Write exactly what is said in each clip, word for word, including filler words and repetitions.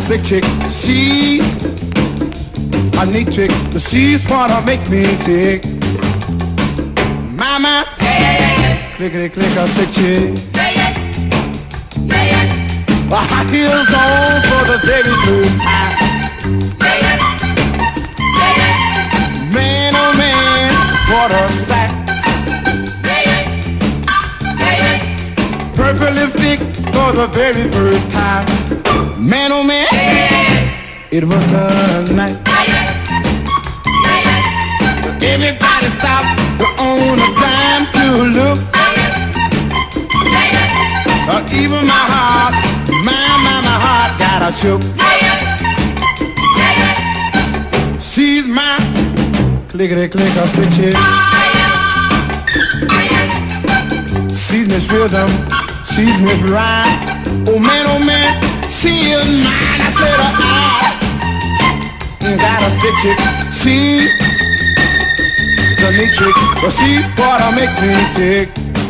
slick chick. She a neat chick, but she's what makes me tick. Mama, yeah, yeah, yeah, yeah. Clickety click a slick chick. Yeah, yeah. Yeah, yeah. Well, high heels on for the very first time. Yeah, yeah. Yeah, yeah. Man, oh man, what a sack. Yeah, yeah. Yeah, yeah. Purple lipstick for the very first time. Man, oh man, yeah, yeah, yeah. It was a night. Yeah, yeah. Yeah, yeah. Everybody stopped on a dime to look. Yeah, yeah. Yeah, yeah. Uh, even my heart, my, my, my heart got a shook. Yeah, yeah. Yeah, yeah. She's my clickety click a stick chick. Yeah, yeah. Yeah, yeah. She's Miss Rhythm, she's Miss Rhyme. Oh man, oh man, she is mine. I said, uh, I got a stick chick. She a neat trick, but she what makes me tick.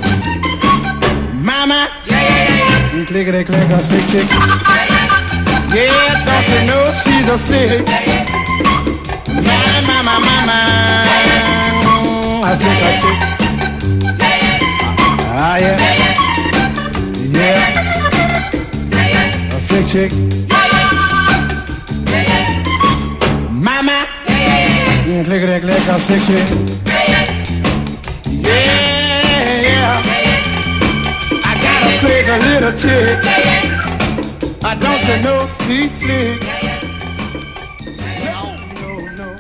Mama, yeah, yeah, yeah, yeah. Clickety click a slick chick. Yeah, yeah. Yeah, don't you know she's a slick. Yeah, yeah. My, my, my, my, my, a slick a chick. Yeah, yeah. Ah, yeah. Yeah, yeah. Yeah, yeah. A slick chick. Yeah, yeah. Yeah, yeah. Mama, yeah, yeah, yeah. Clickety click a slick chick. Crazy little chick. I don't you know she's slick. No, no, no.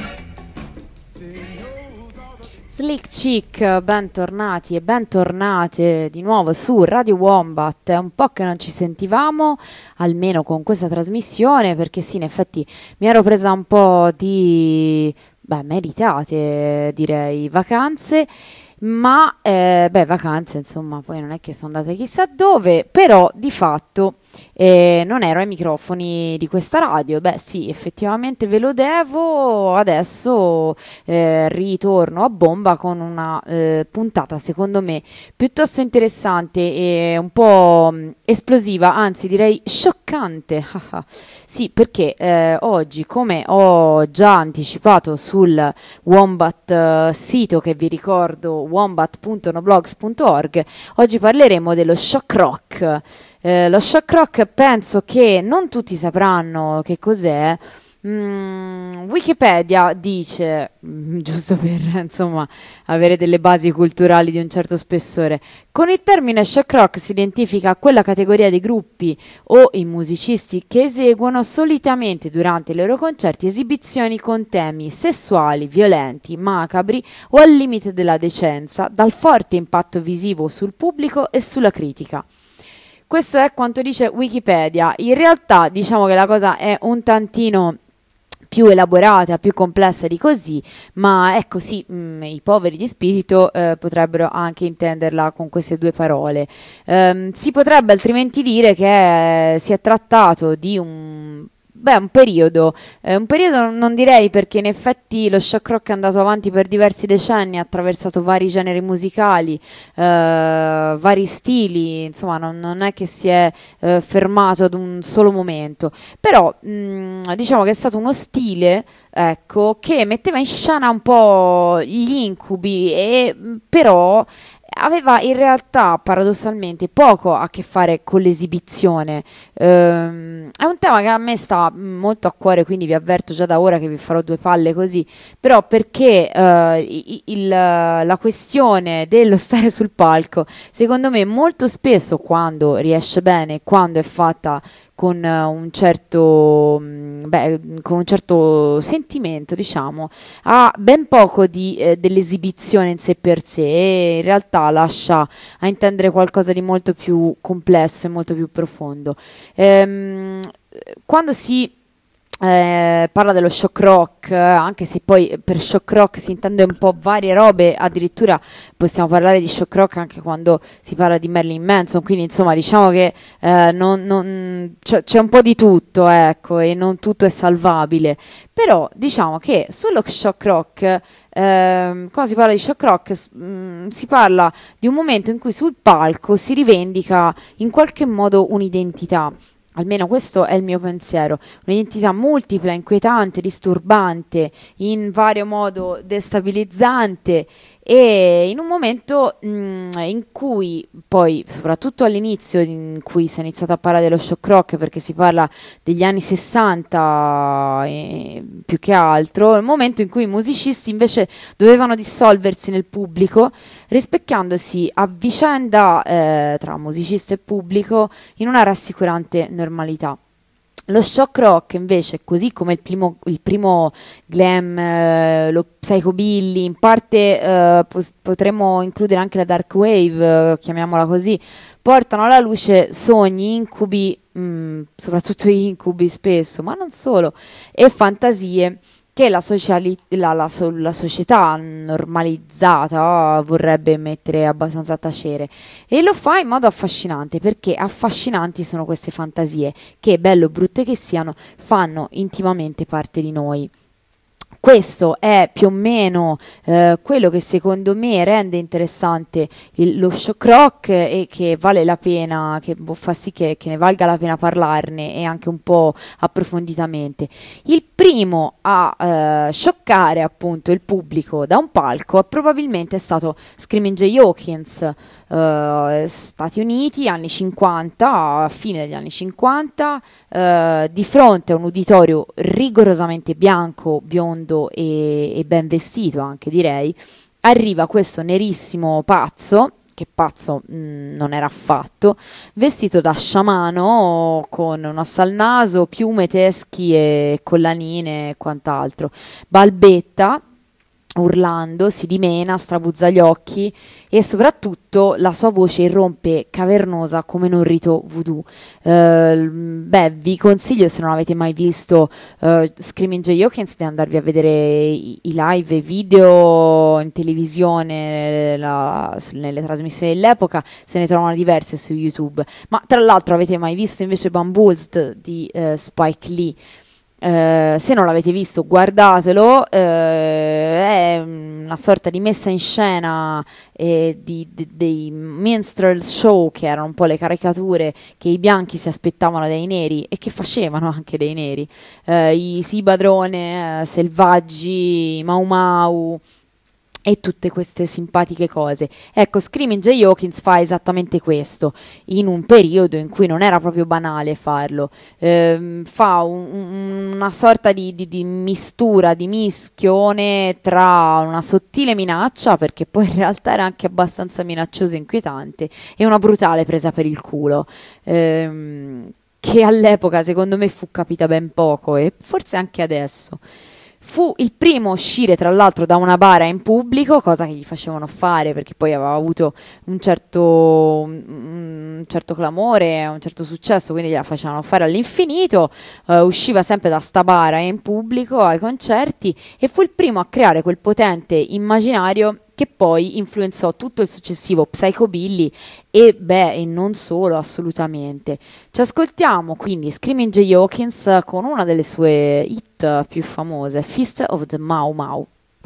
Slick Chick, bentornati e bentornate di nuovo su Radio Wombat. È un po' che non ci sentivamo, almeno con questa trasmissione, perché sì, in effetti mi ero presa un po' di, beh, meritate, direi, vacanze. Ma, eh, beh, vacanze, insomma, poi non è che sono andate chissà dove, però di fatto eh, non ero ai microfoni di questa radio. Beh, sì, effettivamente ve lo devo, adesso eh, ritorno a bomba con una eh, puntata, secondo me, piuttosto interessante e un po' mh, esplosiva, anzi direi scioccante. Sì, perché eh, oggi, come ho già anticipato sul Wombat eh, sito, che vi ricordo wombat punto noblogs punto org, oggi parleremo dello shock rock. Eh, lo shock rock penso che non tutti sapranno che cos'è. Mm, Wikipedia dice, mm, giusto per insomma avere delle basi culturali di un certo spessore, con il termine shock rock si identifica quella categoria di gruppi o i musicisti che eseguono solitamente durante i loro concerti esibizioni con temi sessuali, violenti, macabri o al limite della decenza, dal forte impatto visivo sul pubblico e sulla critica. Questo è quanto dice Wikipedia. In realtà diciamo che la cosa è un tantino più elaborata, più complessa di così, ma ecco sì, mh, i poveri di spirito eh, potrebbero anche intenderla con queste due parole. Um, si potrebbe altrimenti dire che eh, si è trattato di un Beh, un periodo, eh, un periodo non direi, perché in effetti lo shock rock è andato avanti per diversi decenni, ha attraversato vari generi musicali, eh, vari stili, insomma non, non è che si è eh, fermato ad un solo momento, però mh, diciamo che è stato uno stile, ecco, che metteva in scena un po' gli incubi e però aveva in realtà paradossalmente poco a che fare con l'esibizione. Ehm, è un tema che a me sta molto a cuore, quindi vi avverto già da ora che vi farò due palle così, però perché eh, il, il, la questione dello stare sul palco, secondo me molto spesso, quando riesce bene, quando è fatta con un certo beh, con un certo sentimento, diciamo, ha ben poco di, eh, dell'esibizione in sé per sé, e in realtà lascia a intendere qualcosa di molto più complesso e molto più profondo. Ehm, quando si Eh, parla dello shock rock, anche se poi per shock rock si intende un po' varie robe, addirittura possiamo parlare di shock rock anche quando si parla di Marilyn Manson, quindi insomma diciamo che eh, non, non, c'è, c'è un po' di tutto, ecco, e non tutto è salvabile, però diciamo che sullo shock rock, eh, quando si parla di shock rock mh, si parla di un momento in cui sul palco si rivendica in qualche modo un'identità. Almeno questo è il mio pensiero, un'identità multipla, inquietante, disturbante, in vario modo destabilizzante e in un momento mh, in cui poi, soprattutto all'inizio in cui si è iniziato a parlare dello shock rock, perché si parla degli anni sessanta eh, più che altro, è un momento in cui i musicisti invece dovevano dissolversi nel pubblico, rispecchiandosi a vicenda eh, tra musicista e pubblico in una rassicurante normalità. Lo shock rock invece, così come il primo, il primo glam, eh, lo psychobilly, in parte eh, pos- potremmo includere anche la dark wave, eh, chiamiamola così, portano alla luce sogni, incubi, mh, soprattutto incubi spesso, ma non solo, e fantasie che la, sociali- la, la, so- la società normalizzata vorrebbe mettere abbastanza a tacere, e lo fa in modo affascinante, perché affascinanti sono queste fantasie che, bello o brutte che siano, fanno intimamente parte di noi. Questo è più o meno eh, quello che secondo me rende interessante il- lo shock rock e che vale la pena, che boh, fa sì che, che ne valga la pena parlarne e anche un po' approfonditamente. Il primo a eh, scioccare appunto il pubblico da un palco probabilmente è stato Screaming Jay Hawkins, eh, Stati Uniti, anni cinquanta, fine degli anni cinquanta, eh, di fronte a un uditorio rigorosamente bianco, biondo e, e ben vestito anche direi, arriva questo nerissimo pazzo, che pazzo mh, non era affatto, vestito da sciamano con un osso al naso, piume, teschi e collanine e quant'altro, balbetta urlando, si dimena, strabuzza gli occhi e soprattutto la sua voce irrompe cavernosa come in un rito voodoo. Eh, beh, vi consiglio, se non avete mai visto eh, Screaming Jay Hawkins, di andarvi a vedere i, i live e i video in televisione, la, su, nelle trasmissioni dell'epoca, se ne trovano diverse su YouTube. Ma tra l'altro avete mai visto invece Bamboozled di eh, Spike Lee? Eh, se non l'avete visto, guardatelo, eh, è una sorta di messa in scena eh, di, di, dei minstrel show, che erano un po' le caricature che i bianchi si aspettavano dai neri e che facevano anche dei neri, eh, i Sibadrone, eh, Selvaggi, Mau Mau e tutte queste simpatiche cose. Ecco, Screaming Jay Hawkins fa esattamente questo, in un periodo in cui non era proprio banale farlo. Ehm, fa un- un- una sorta di, di- di mistura, di mischione tra una sottile minaccia, perché poi in realtà era anche abbastanza minaccioso e inquietante, e una brutale presa per il culo. Ehm, che all'epoca secondo me fu capita ben poco, e forse anche adesso. Fu il primo a uscire, tra l'altro, da una bara in pubblico, cosa che gli facevano fare perché poi aveva avuto un certo, un certo clamore, un certo successo, quindi gliela facevano fare all'infinito. Eh, usciva sempre da sta bara in pubblico ai concerti e fu il primo a creare quel potente immaginario che poi influenzò tutto il successivo psychobilly e beh, e non solo, assolutamente. Ci ascoltiamo quindi Screaming Jay Hawkins con una delle sue hit più famose, Fist of the Mau Mau.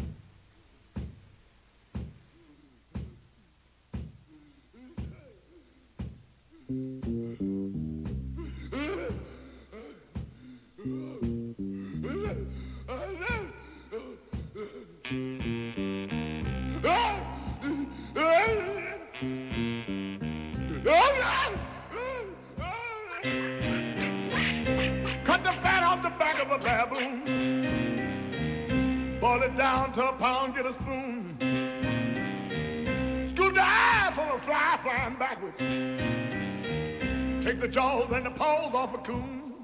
Cut the fat off the back of a baboon, boil it down to a pound, get a spoon, scoop the eye from a fly flying backwards, take the jaws and the paws off a coon.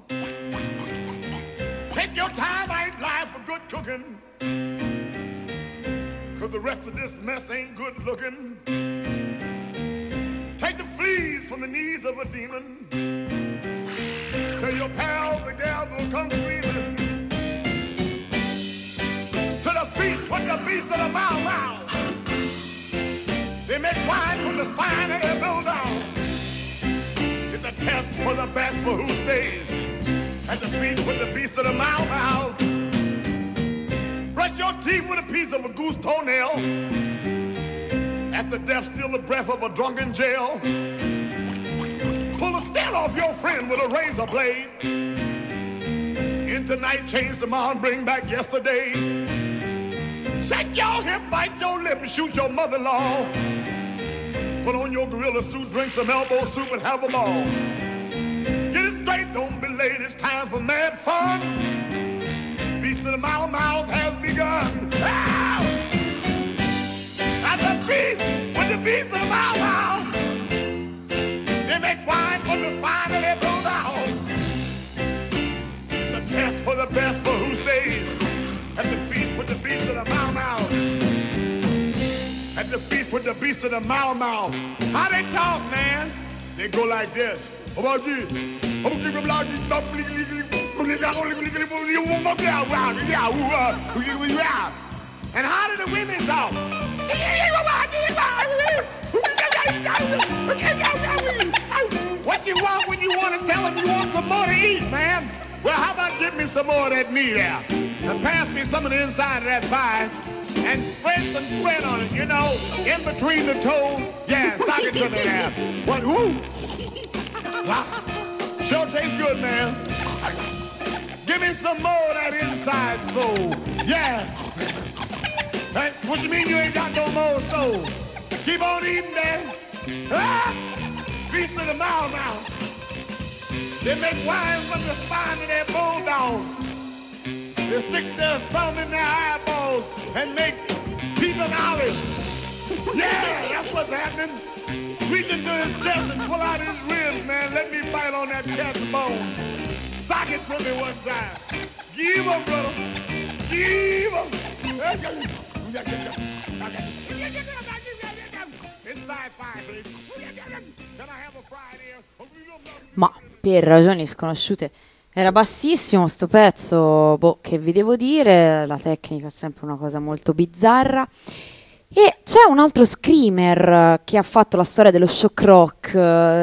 Take your time, I ain't live for good cooking, cause the rest of this mess ain't good looking. Take the fleas from the knees of a demon, till your pals and gals will come screaming to the feast with the beast of the Mau Mau. They make wine from the spine and they build down. It's a test for the best for who stays at the feast with the beast of the Mau Mau. Brush your teeth with a piece of a goose toenail. After death, still the breath of a drunken jail. pull the skin off your friend with a razor blade. In tonight, change tomorrow, and bring back yesterday. Shake your hip, bite your lip, and shoot your mother-in-law. Put on your gorilla suit, drink some elbow soup, and have a ball. Get it straight, don't be late, it's time for mad fun. Feast of the Mau Mau's has begun. Ow! At the feast, with the feast of the Mau Mau's, they make wine from the spine of their bulldogs. It's a test for the best for who stays at the feast with the beast of the Mau Mau. At the feast with the beast of the Mau Mau. How they talk, man? They go like this. About this. And how do the women talk? What you want when you want to tell them you want some more to eat, man? Well, how about give me some more of that meat there? And pass me some of the inside of that pie. And spread some spread on it, you know, in between the toes. Yeah, sock it to me there. What, whoo? Wow. Sure tastes good, man. Give me some more of that inside soul. Yeah. Hey, what you mean you ain't got no more soul? Keep on eating that. Ah! Beast of the Mau Mau. They make wine from the spine of their bulldogs. They stick their thumb in their eyeballs and make peanut olives. Yeah, that's what's happening. Reach into his chest and pull out his ribs, man. Let me bite on that cat's bone. Sock it to me one time. Give him, brother. Give him. Inside five, please. Can I have a fried ear? Ma per ragioni sconosciute era bassissimo sto pezzo, boh, che vi devo dire, la tecnica è sempre una cosa molto bizzarra. E c'è un altro screamer che ha fatto la storia dello shock rock,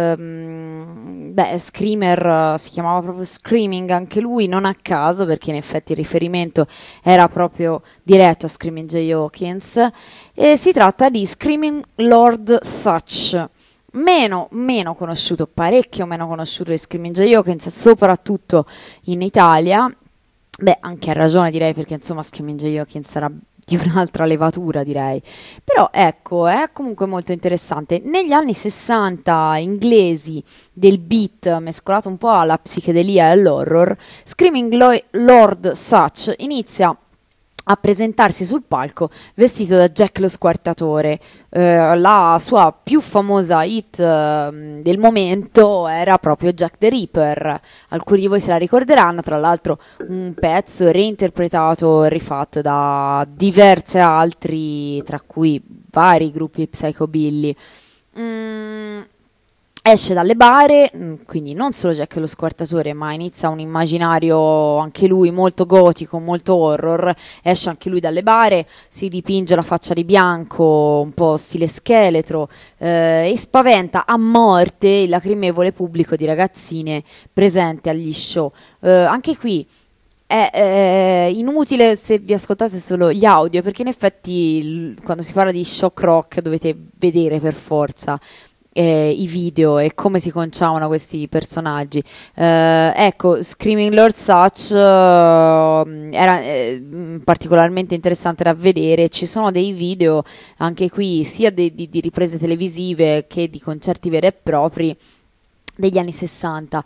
ehm, beh, screamer si chiamava proprio Screaming anche lui, non a caso, perché in effetti il riferimento era proprio diretto a Screaming Jay Hawkins, e si tratta di Screaming Lord Sutch. Meno, meno conosciuto, parecchio meno conosciuto di Screaming Jay Hawkins, soprattutto in Italia. Beh, anche a ragione direi, perché insomma Screaming Jay Hawkins era di un'altra levatura, direi. Però ecco, è comunque molto interessante. Negli anni sessanta inglesi del beat mescolato un po' alla psichedelia e all'horror, Screaming Lo- Lord Sutch inizia a presentarsi sul palco vestito da Jack lo Squartatore. Eh, la sua più famosa hit eh, del momento era proprio Jack the Ripper. Alcuni di voi se la ricorderanno, tra l'altro un pezzo reinterpretato e rifatto da diversi altri, tra cui vari gruppi psychobilly. Mm. Esce dalle bare, quindi non solo Jack lo Squartatore, ma inizia un immaginario anche lui molto gotico, molto horror. Esce anche lui dalle bare, si dipinge la faccia di bianco, un po' stile scheletro, eh, e spaventa a morte il lacrimevole pubblico di ragazzine presenti agli show. Eh, anche qui è eh, inutile se vi ascoltate solo gli audio, perché in effetti l- quando si parla di shock rock dovete vedere per forza Eh, i video e come si conciavano questi personaggi. Eh, ecco, Screaming Lord Sutch eh, era eh, particolarmente interessante da vedere. Ci sono dei video anche qui sia de- di, di riprese televisive che di concerti veri e propri degli anni sessanta,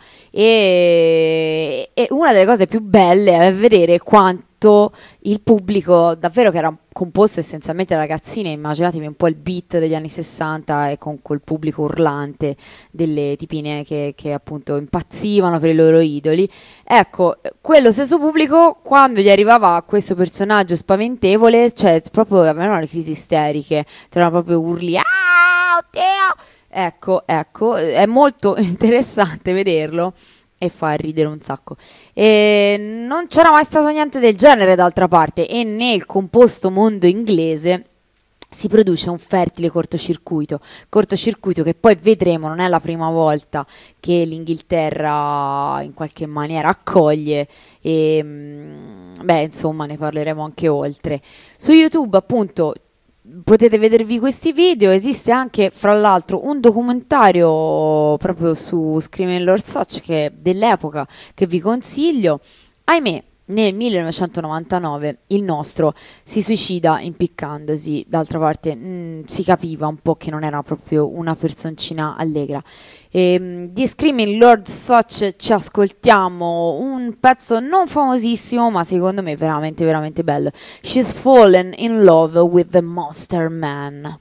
e, e una delle cose più belle è vedere quanto il pubblico, davvero, che era composto essenzialmente da ragazzine, immaginatevi un po' il beat degli anni sessanta e con quel pubblico urlante delle tipine che, che appunto impazzivano per i loro idoli. Ecco, quello stesso pubblico, quando gli arrivava questo personaggio spaventevole, cioè proprio avevano le crisi isteriche, c'erano proprio urli, ah, oddio! Ecco, ecco, è molto interessante vederlo e fa ridere un sacco. E non c'era mai stato niente del genere d'altra parte, e nel composto mondo inglese si produce un fertile cortocircuito, cortocircuito che poi vedremo non è la prima volta che l'Inghilterra in qualche maniera accoglie, e beh, insomma, ne parleremo anche oltre. Su YouTube, appunto, potete vedervi questi video. Esiste anche, fra l'altro, un documentario proprio su Screaming Lord Sutch che è dell'epoca, che vi consiglio. Ahimè, nel millenovecentonovantanove il nostro si suicida impiccandosi. D'altra parte mh, si capiva un po' che non era proprio una personcina allegra. E, mh, di Screaming Lord Sutch ci ascoltiamo un pezzo non famosissimo, ma secondo me veramente veramente bello. She's Fallen in Love with the Monster Man.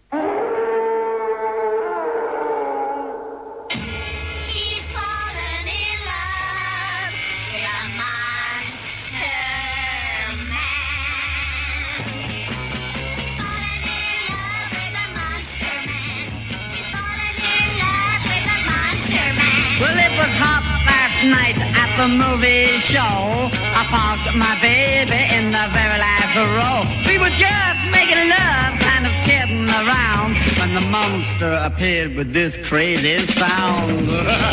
Night at the movie show, I parked my baby in the very last row. We were just making love, kind of kidding around, when the monster appeared with this crazy sound.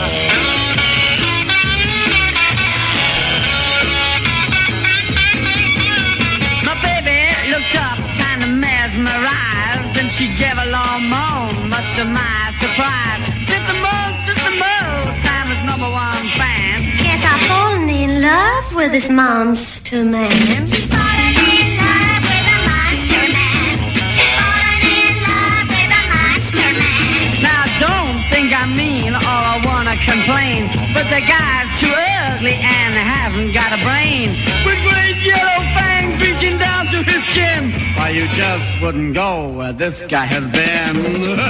My baby looked up, kind of mesmerized, and she gave a long moan, much to my surprise. Did the most, is the most, I'm his number one fan. Yes, I've fallen in love with this monster man. She's fallen in love with a monster man. She's fallen in love with a monster man. Now don't think I mean or I wanna complain, but the guy's too ugly and hasn't got a brain. With great yellow fangs reaching down to his chin. Why, you just wouldn't go where this guy has been.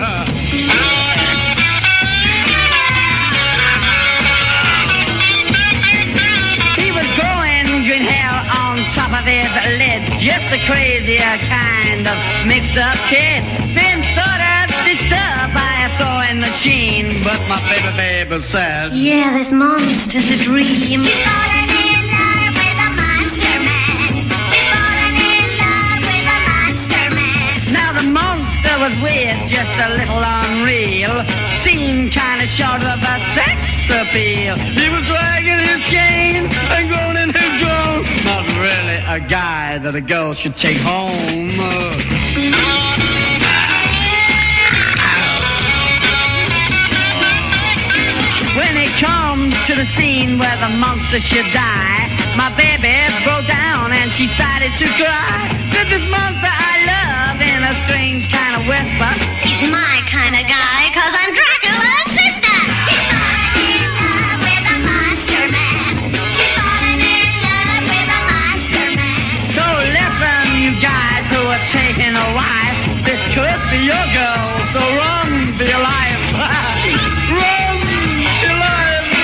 Top of his lid, just a crazier kind of mixed up kid. Been sort of stitched up by a sewing machine, but my baby baby says, yeah, this monster's a dream. She's fallen in love with a monster man. She's fallen in love with a monster man. Now the monster was weird, just a little unreal. Seemed kind of short of a sex appeal. He was dragging his chains and groaning his groan. Not really a guy that a girl should take home. When it comes to the scene where the monster should die, my baby broke down and she started to cry. Said, this monster I love, in a strange kind of whisper, he's my kind of guy, cause I'm Dracula's sister. She's fallen in love with a monster man. She's fallen in love with a monster man. So listen, you guys who are taking a wife, this could be your girl, so run for your life. Run for your life.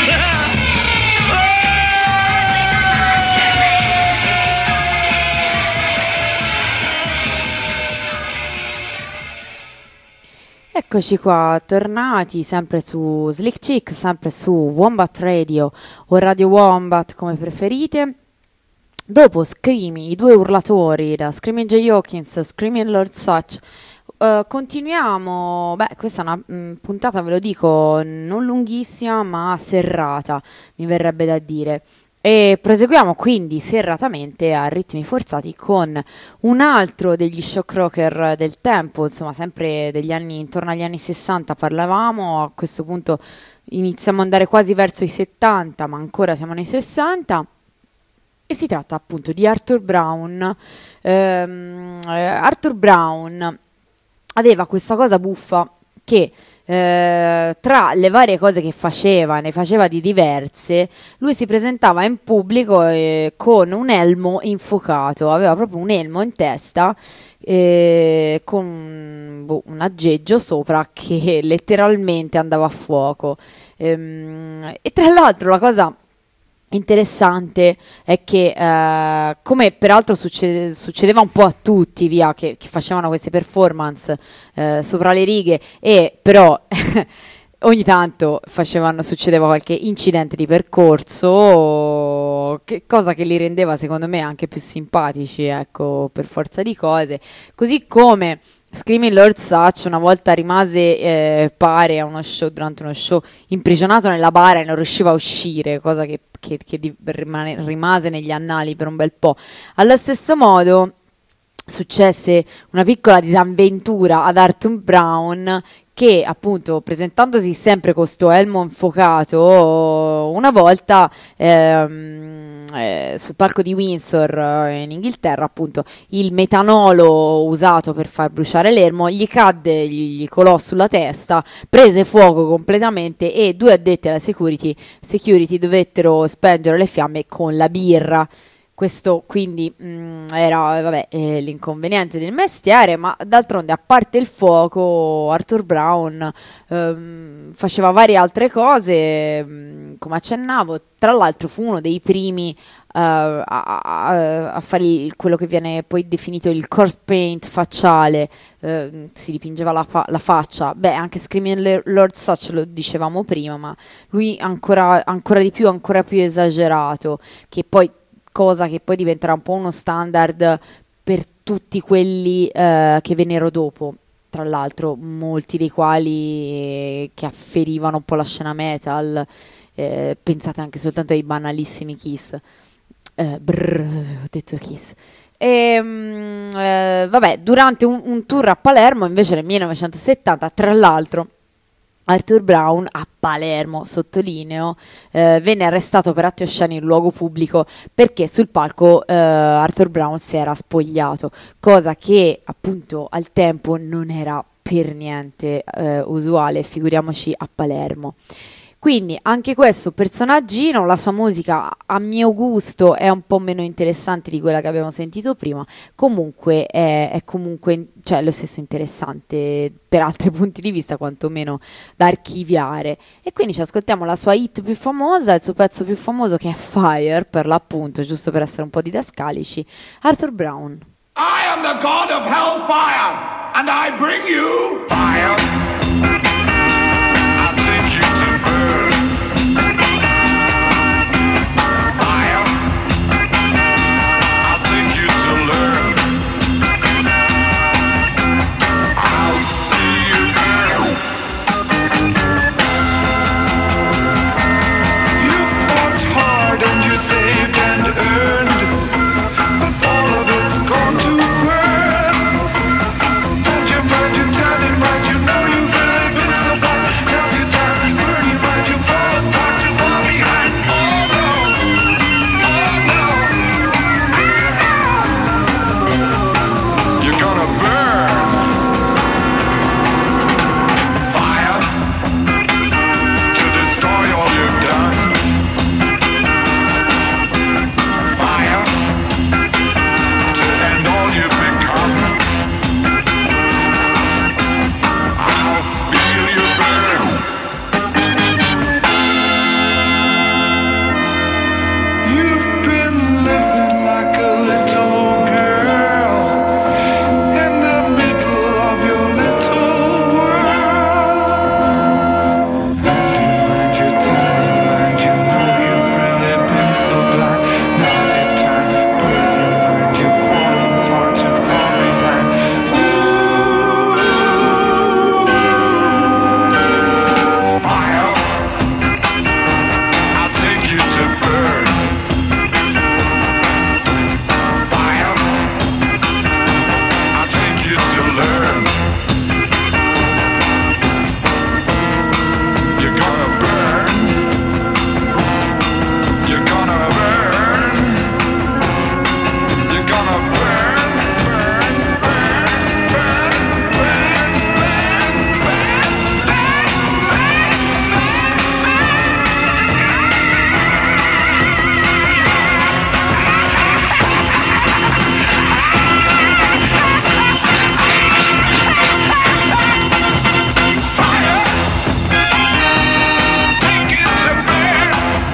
Eccoci qua, tornati sempre su Slick Chick, sempre su Wombat Radio o Radio Wombat come preferite. Dopo Screamy, i due urlatori da Screaming Jay Hawkins, Screaming Lord Sutch, uh, continuiamo, beh questa è una mh, puntata, ve lo dico, non lunghissima ma serrata, mi verrebbe da dire. E proseguiamo quindi serratamente a ritmi forzati con un altro degli shock rocker del tempo, insomma sempre degli anni, intorno agli anni sessanta parlavamo, a questo punto iniziamo ad andare quasi verso i settanta, ma ancora siamo nei sessanta, e si tratta appunto di Arthur Brown. ehm, Arthur Brown aveva questa cosa buffa che Eh, tra le varie cose che faceva, ne faceva di diverse, lui si presentava in pubblico eh, con un elmo infuocato, aveva proprio un elmo in testa eh, con boh, un aggeggio sopra che letteralmente andava a fuoco. Ehm, e tra l'altro la cosa interessante è che eh, come peraltro succede, succedeva un po' a tutti via che, che facevano queste performance eh, sopra le righe, e però ogni tanto facevano, succedeva qualche incidente di percorso, che, cosa che li rendeva secondo me anche più simpatici, ecco, per forza di cose, così come Screaming Lord Sutch una volta rimase, eh, pare, a uno show, durante uno show, imprigionato nella bara e non riusciva a uscire, cosa che, che, che di, rimane, rimase negli annali per un bel po'. Allo stesso modo, successe una piccola disavventura ad Arthur Brown, che appunto, presentandosi sempre con sto elmo infuocato, una volta ehm, eh, sul palco di Windsor eh, in Inghilterra, appunto, il metanolo usato per far bruciare l'elmo gli cadde, gli, gli colò sulla testa, prese fuoco completamente e due addetti alla security, security dovettero spengere le fiamme con la birra. Questo quindi mh, era vabbè, eh, l'inconveniente del mestiere, ma d'altronde, a parte il fuoco, Arthur Brown ehm, faceva varie altre cose, mh, come accennavo. Tra l'altro fu uno dei primi eh, a, a- a fare il- quello che viene poi definito il corpse paint facciale, eh, si dipingeva la, fa- la faccia. Beh, anche Screaming Le- Lord Sutch lo dicevamo prima, ma lui ancora, ancora di più, ancora più esagerato, che poi cosa che poi diventerà un po' uno standard per tutti quelli eh, che vennero dopo, tra l'altro molti dei quali eh, che afferivano un po' la scena metal, eh, pensate anche soltanto ai banalissimi Kiss, eh, brrr, ho detto Kiss. E, mm, eh, vabbè, durante un, un tour a Palermo invece nel millenovecentosettanta, tra l'altro, Arthur Brown a Palermo, sottolineo, eh, venne arrestato per atti osceni in luogo pubblico perché sul palco eh, Arthur Brown si era spogliato, cosa che appunto al tempo non era per niente eh, usuale, figuriamoci a Palermo. Quindi anche questo personaggino, la sua musica a mio gusto è un po' meno interessante di quella che abbiamo sentito prima, comunque è, è comunque, cioè, lo stesso interessante per altri punti di vista, quantomeno da archiviare. E quindi ci ascoltiamo la sua hit più famosa, il suo pezzo più famoso, che è Fire, per l'appunto, giusto per essere un po' didascalici, Arthur Brown. I am the god of hellfire, and I bring you fire. I'll take you to burn. Fire. I'll take you to learn. I'll see you burn. You fought hard and you saved and earned, but all of it's gone to burn. Hold your mind, you tell it right, you know you've really been so bad. Now's your time, burn your mind, you fall apart, you fall behind. Oh no, oh no, you're gonna burn. Fire to destroy all you've done. Fire to end all you've become. I'll feel you burn. You've been living like a little girl in the middle of your little world. And you mind your tiny mind, you know you've really been so blind. Now's your time, burn your mind, you're falling far too far behind. Fire, I'll take you to burn. Fire, I'll take you to learn. You're gonna burn. You're gonna burn. You're gonna burn, burn, burn, burn, burn, burn, burn, Fire, take it to burn.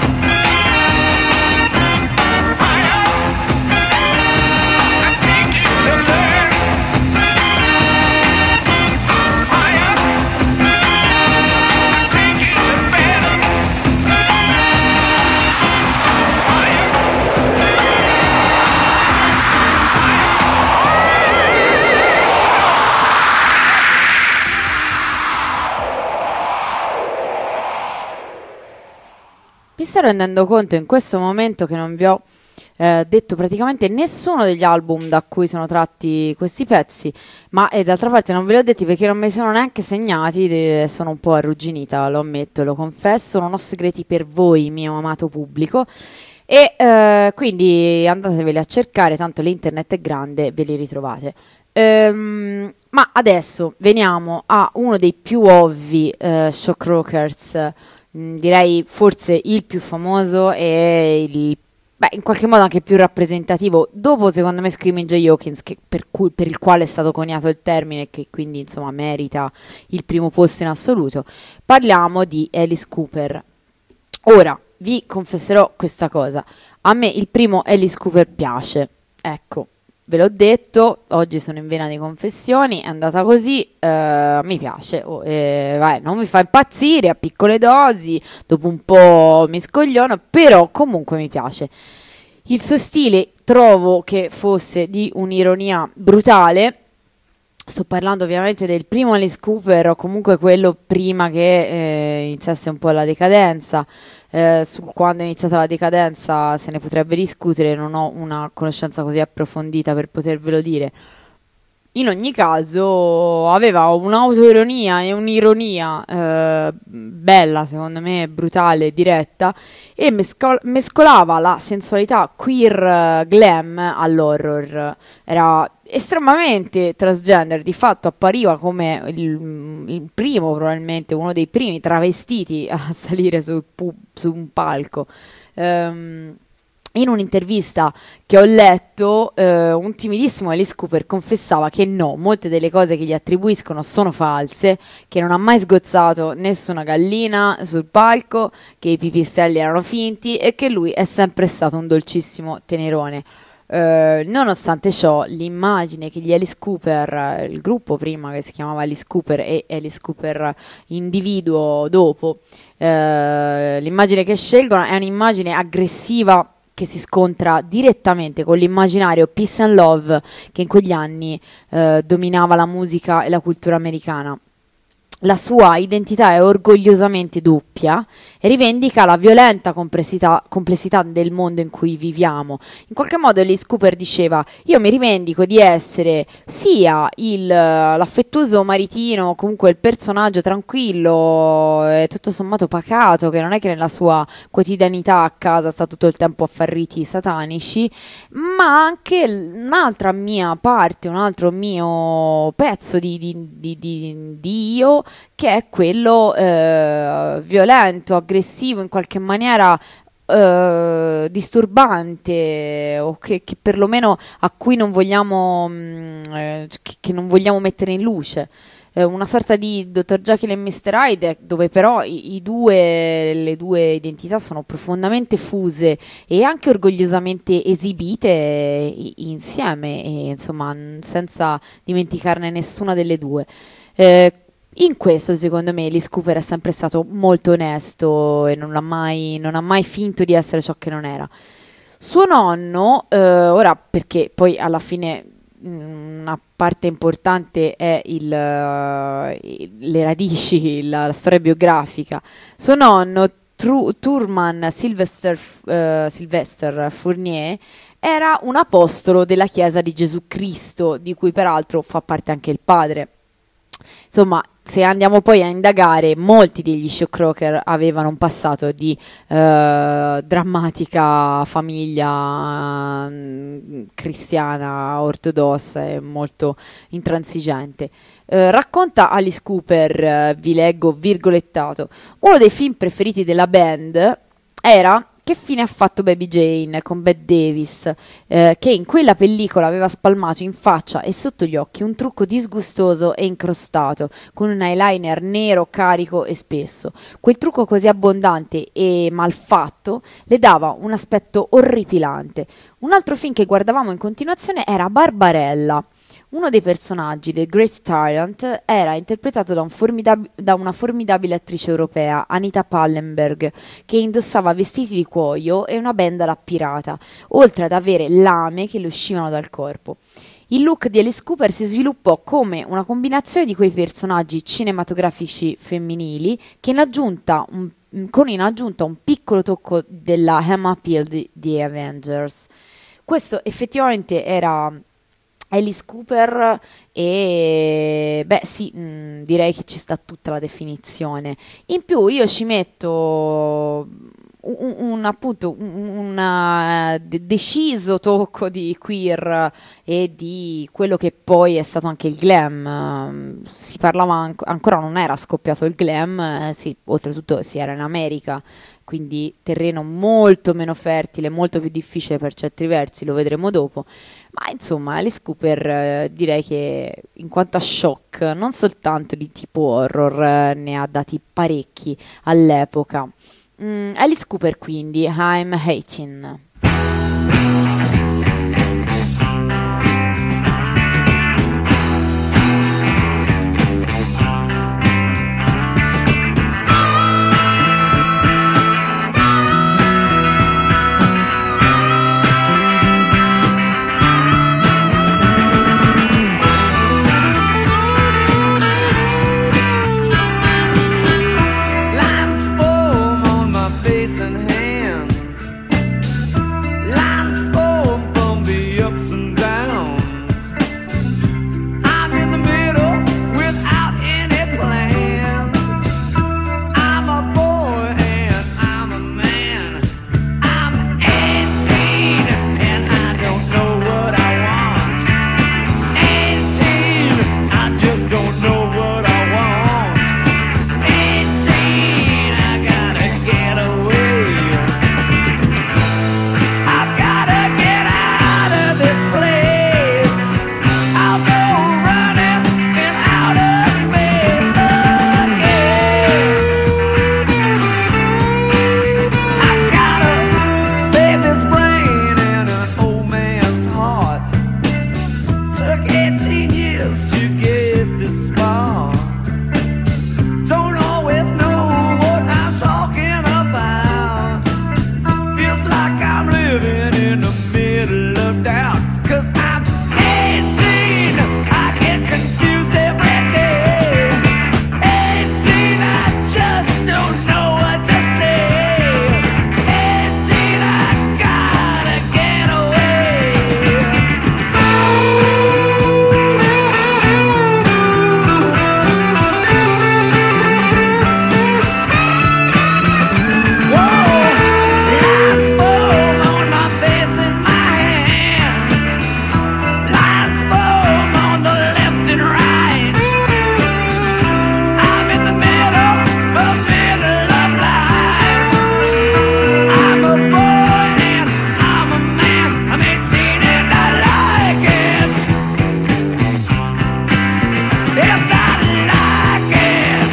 Fire, I take it to learn. Fire, I take it to burn. Fire. Mi sto rendendo conto in questo momento che non vi ho eh, detto praticamente nessuno degli album da cui sono tratti questi pezzi, ma eh, d'altra parte non ve li ho detti perché non me li sono neanche segnati, de- sono un po' arrugginita, lo ammetto, lo confesso, non ho segreti per voi, mio amato pubblico. E eh, quindi andateveli a cercare, tanto l'internet è grande, ve li ritrovate. Ehm, ma adesso veniamo a uno dei più ovvi uh, shock rockers, mh, direi forse il più famoso e il, beh, in qualche modo anche più rappresentativo, dopo secondo me Screaming Jay Hawkins, che per, cui, per il quale è stato coniato il termine e che quindi insomma merita il primo posto in assoluto. Parliamo di Alice Cooper. Ora vi confesserò questa cosa, a me il primo Alice Cooper piace, ecco. Ve l'ho detto, oggi sono in vena di confessioni, è andata così, eh, mi piace, oh, eh, vai, non mi fa impazzire a piccole dosi, dopo un po' mi scogliono, però comunque mi piace. Il suo stile trovo che fosse di un'ironia brutale, sto parlando ovviamente del primo Alice Cooper o comunque quello prima che eh, iniziasse un po' la decadenza. Eh, su quando è iniziata la decadenza se ne potrebbe discutere, non ho una conoscenza così approfondita per potervelo dire. In ogni caso aveva un'autoironia e un'ironia eh, bella, secondo me, brutale, diretta, e mescol- mescolava la sensualità queer eh, glam all'horror. Era estremamente transgender, di fatto appariva come il, il primo, probabilmente uno dei primi travestiti a salire su, pu- su un palco. Um, in un'intervista che ho letto, eh, un timidissimo Alice Cooper confessava che no, molte delle cose che gli attribuiscono sono false, che non ha mai sgozzato nessuna gallina sul palco, che i pipistrelli erano finti e che lui è sempre stato un dolcissimo tenerone. Uh, nonostante ciò, l'immagine che gli Alice Cooper, il gruppo prima che si chiamava Alice Cooper e Alice Cooper individuo dopo, uh, l'immagine che scelgono è un'immagine aggressiva che si scontra direttamente con l'immaginario peace and love che in quegli anni uh, dominava la musica e la cultura americana. La sua identità è orgogliosamente doppia e rivendica la violenta complessità, complessità del mondo in cui viviamo. In qualche modo Alice Cooper diceva: io mi rivendico di essere sia il, l'affettuoso maritino, comunque il personaggio tranquillo e tutto sommato pacato, che non è che nella sua quotidianità a casa sta tutto il tempo a far riti satanici, ma anche un'altra mia parte, un altro mio pezzo di, di, di, di, di io, che è quello eh, violento, aggressivo, in qualche maniera eh, disturbante, o che, che perlomeno a cui non vogliamo, mh, eh, che, che non vogliamo mettere in luce. Eh, una sorta di dottor Jekyll e mister Hyde, dove però i, i due, le due identità sono profondamente fuse e anche orgogliosamente esibite i- insieme, e, insomma, senza dimenticarne nessuna delle due. Eh, In questo, secondo me, Alice Cooper è sempre stato molto onesto e non ha mai, non ha mai finto di essere ciò che non era. Suo nonno, eh, ora perché poi alla fine mh, una parte importante è il, eh, il- le radici, la, la storia biografica. Suo nonno, Tru- Thurman Sylvester, eh, Sylvester Fournier, era un apostolo della Chiesa di Gesù Cristo, di cui peraltro fa parte anche il padre. Insomma, se andiamo poi a indagare, molti degli shock rocker avevano un passato di eh, drammatica famiglia mm, cristiana, ortodossa e molto intransigente. Eh, racconta Alice Cooper, eh, vi leggo virgolettato: uno dei film preferiti della band era Che fine ha fatto Baby Jane con Bette Davis, eh, che in quella pellicola aveva spalmato in faccia e sotto gli occhi un trucco disgustoso e incrostato, con un eyeliner nero, carico e spesso. Quel trucco così abbondante e mal fatto le dava un aspetto orripilante. Un altro film che guardavamo in continuazione era Barbarella. Uno dei personaggi del Great Tyrant era interpretato da, un formidab- da una formidabile attrice europea, Anita Pallenberg, che indossava vestiti di cuoio e una benda pirata, oltre ad avere lame che le uscivano dal corpo. Il look di Alice Cooper si sviluppò come una combinazione di quei personaggi cinematografici femminili che in aggiunta un, con in aggiunta un piccolo tocco della Emma Peel di, di Avengers. Questo effettivamente era Alice Cooper e beh sì, mh, direi che ci sta tutta la definizione. In più io ci metto un, un- appunto un una, de- deciso tocco di queer e di quello che poi è stato anche il glam. Ehm, Si parlava anco- ancora non era scoppiato il glam, eh, sì, oltretutto si era in America, quindi terreno molto meno fertile, molto più difficile per certi versi, lo vedremo dopo. Ma insomma, Alice Cooper, eh, direi che in quanto a shock, non soltanto di tipo horror, eh, ne ha dati parecchi all'epoca. Mm, Alice Cooper quindi, I'm Hating. Lines foam on my face and hands. Lines foam from the ups and downs. I'm in the middle without any plans. I'm a boy and I'm a man. I'm eighteen and I don't know what I want. eighteen, I just don't know what I want. eighteen, I gotta get away. I've gotta get out of this place. I'll go running in outer space again. I've got a baby's brain and an old man's heart. Took eighteen years to get this far. Don't always know what I'm talking about. Feels like I'm living in the middle of doubt. Cause I'm eighteen, I get confused every day. eighteen, I just don't know what to say. eighteen, I gotta get away. Lines foam on my face and my hands. Lines foam on the left and right. I'm in the middle, the middle of life. I'm a boy and I'm a man. I'm eighteen and I like it. Yes, I like it.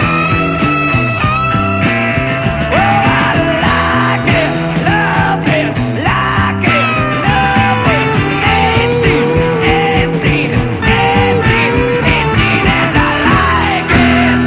Oh, I like it, love it, like it, love it. eighteen, eighteen, eighteen, eighteen, and I like it.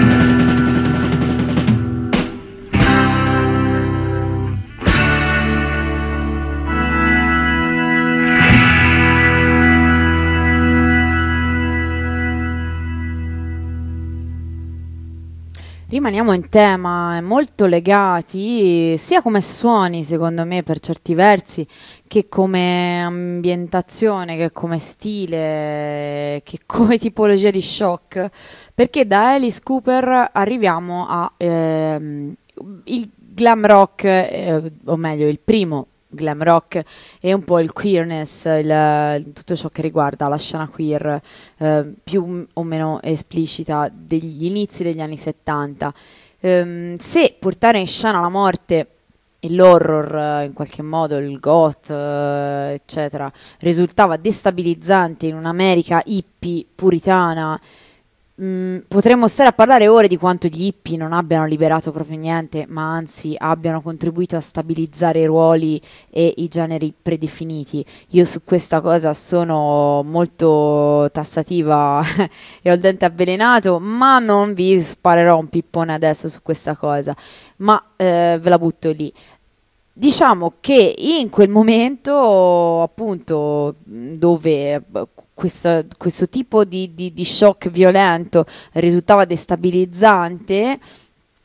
Rimaniamo in tema, molto legati sia come suoni, secondo me, per certi versi, che come ambientazione, che come stile, che come tipologia di shock, perché da Alice Cooper arriviamo a ehm, il glam rock, eh, o meglio, il primo glam rock e un po' il queerness, il- tutto ciò che riguarda la scena queer eh, più o meno esplicita degli inizi degli anni settanta. Ehm, se portare in scena la morte e l'horror, eh, in qualche modo il goth, eh, eccetera, risultava destabilizzante in un'America hippie, puritana, mm, potremmo stare a parlare ore di quanto gli hippie non abbiano liberato proprio niente, ma anzi abbiano contribuito a stabilizzare i ruoli e i generi predefiniti. Io su questa cosa sono molto tassativa e ho il dente avvelenato, ma non vi sparerò un pippone adesso su questa cosa, ma eh, ve la butto lì. Diciamo che in quel momento, appunto, mh, dove eh, questa- questo tipo di, di- di shock violento risultava destabilizzante,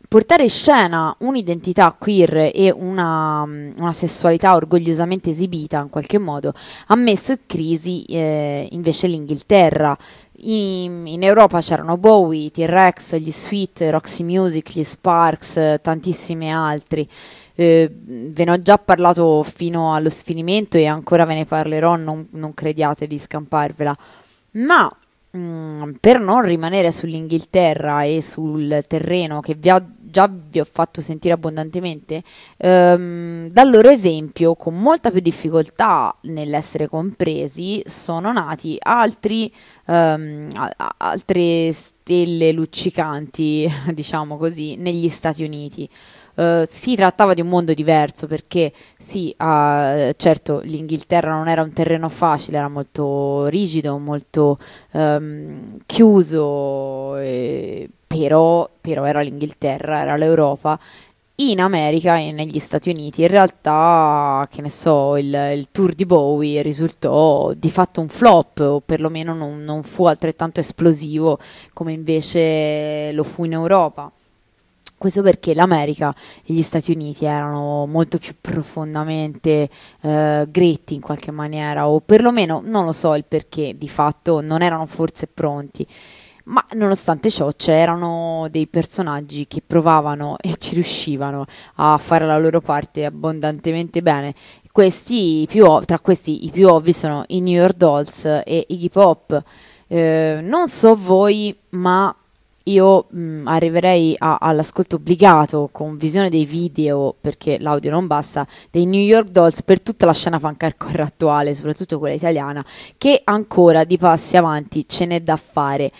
portare in scena un'identità queer e una, una sessualità orgogliosamente esibita in qualche modo ha messo in crisi eh, invece l'Inghilterra. In, in Europa c'erano Bowie, i T-Rex, gli Sweet, Roxy Music, gli Sparks, eh, tantissimi altri. Eh, ve ne ho già parlato fino allo sfinimento e ancora ve ne parlerò, non, non crediate di scamparvela. Ma Mm, per non rimanere sull'Inghilterra e sul terreno che vi ha, già vi ho fatto sentire abbondantemente, ehm, dal loro esempio, con molta più difficoltà nell'essere compresi, sono nati altri, ehm, a- a- altre stelle luccicanti, diciamo così, negli Stati Uniti. Eh, si trattava di un mondo diverso perché sì, ah, certo l'Inghilterra non era un terreno facile, era molto rigido, molto ehm, chiuso, eh, però, però era l'Inghilterra, era l'Europa. In America e negli Stati Uniti in realtà, che ne so, il, il tour di Bowie risultò di fatto un flop, o perlomeno non, non fu altrettanto esplosivo come invece lo fu in Europa. Questo perché l'America e gli Stati Uniti erano molto più profondamente eh, gretti in qualche maniera, o perlomeno non lo so il perché, di fatto non erano forse pronti. Ma nonostante ciò c'erano dei personaggi che provavano e ci riuscivano a fare la loro parte abbondantemente bene. Questi più ov- tra questi i più ovvi sono i New York Dolls e Iggy Pop. Eh, non so voi, ma io mh, arriverei a- all'ascolto obbligato con visione dei video, perché l'audio non basta, dei New York Dolls per tutta la scena punk hardcore attuale, soprattutto quella italiana, che ancora di passi avanti ce n'è da fare.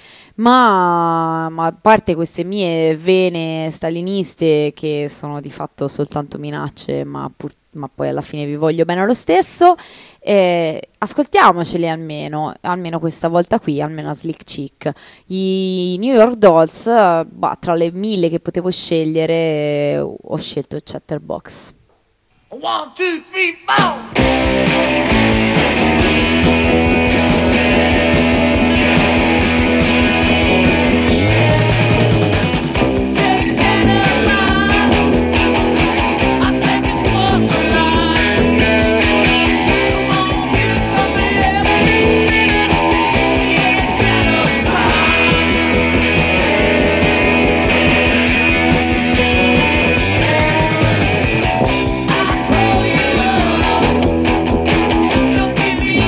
Ma, ma a parte queste mie vene staliniste che sono di fatto soltanto minacce, ma, pur- ma poi alla fine vi voglio bene lo stesso, eh, ascoltiamoceli almeno, almeno questa volta qui, almeno a Slick Chick. I New York Dolls, eh, bah, tra le mille che potevo scegliere, eh, ho scelto Chatterbox. One, two, three, four. Call you love. Don't give me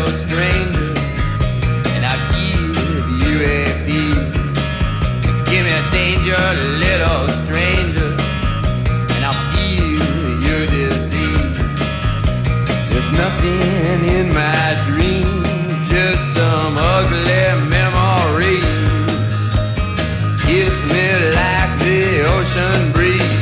little stranger, and I'll give you a piece. Give me a danger, little stranger, and I'll feel your disease. There's nothing in my dreams, just some ugly memories. Kiss me like the ocean breeze.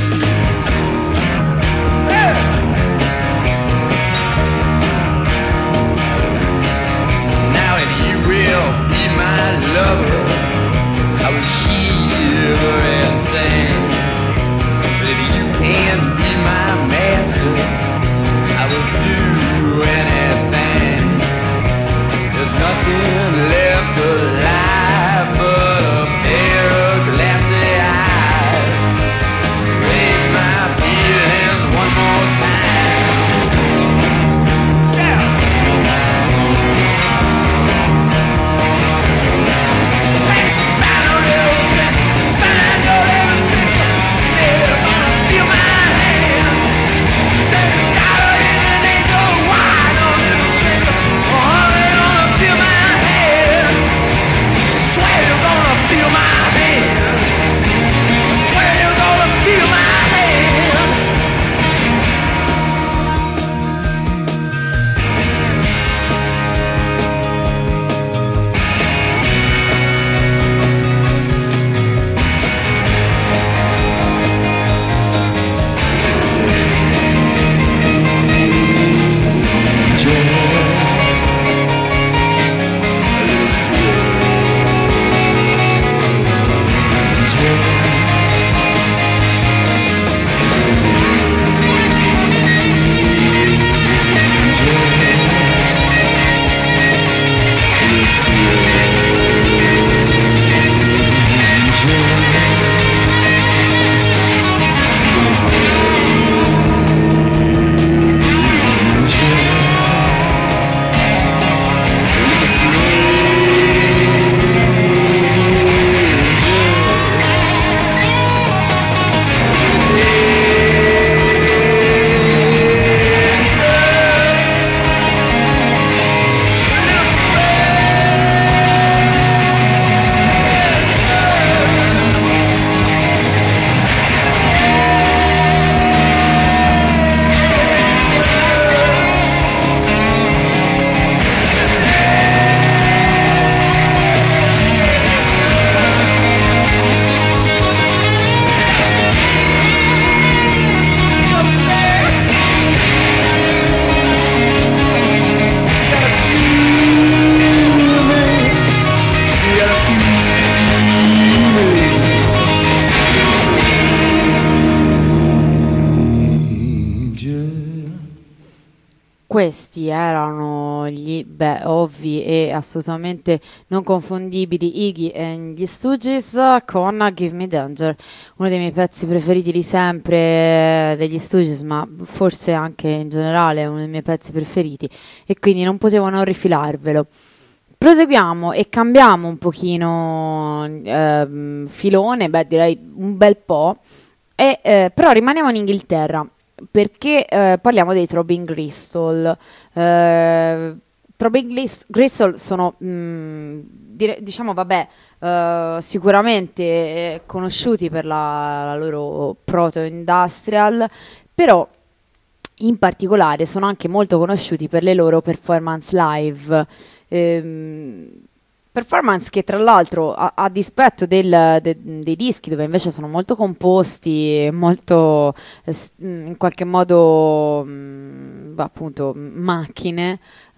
Now if you will be my lover, I will shiver and sing. But if you can be my master, I will do anything. There's nothing left alive but a pair of glassy eyes. Raise my feelings one more time. Yeah. Hey, find a little stick, find a little stick. They're gonna feel my hand. Say, dollar in an angel, wine a little stick. Oh, they're gonna feel my hand. Swear you're gonna feel my hand. Swear you're gonna feel my hand. Questi erano gli beh, ovvi e assolutamente non confondibili Iggy e gli Stooges con Give Me Danger, uno dei miei pezzi preferiti di sempre degli Stooges, ma forse anche in generale uno dei miei pezzi preferiti, e quindi non potevo non rifilarvelo. Proseguiamo e cambiamo un pochino ehm, filone, beh direi un bel po', e, eh, però rimaniamo in Inghilterra, perché eh, parliamo dei Throbbing Gristle. Eh, Throbbing Gris- Gristle sono, mh, dire- diciamo, vabbè, eh, sicuramente eh, conosciuti per la, la loro proto-industrial, però in particolare sono anche molto conosciuti per le loro performance live. Ehm, Performance che tra l'altro a, a dispetto del, de, dei dischi dove invece sono molto composti, molto eh, in qualche modo mh, appunto macchine,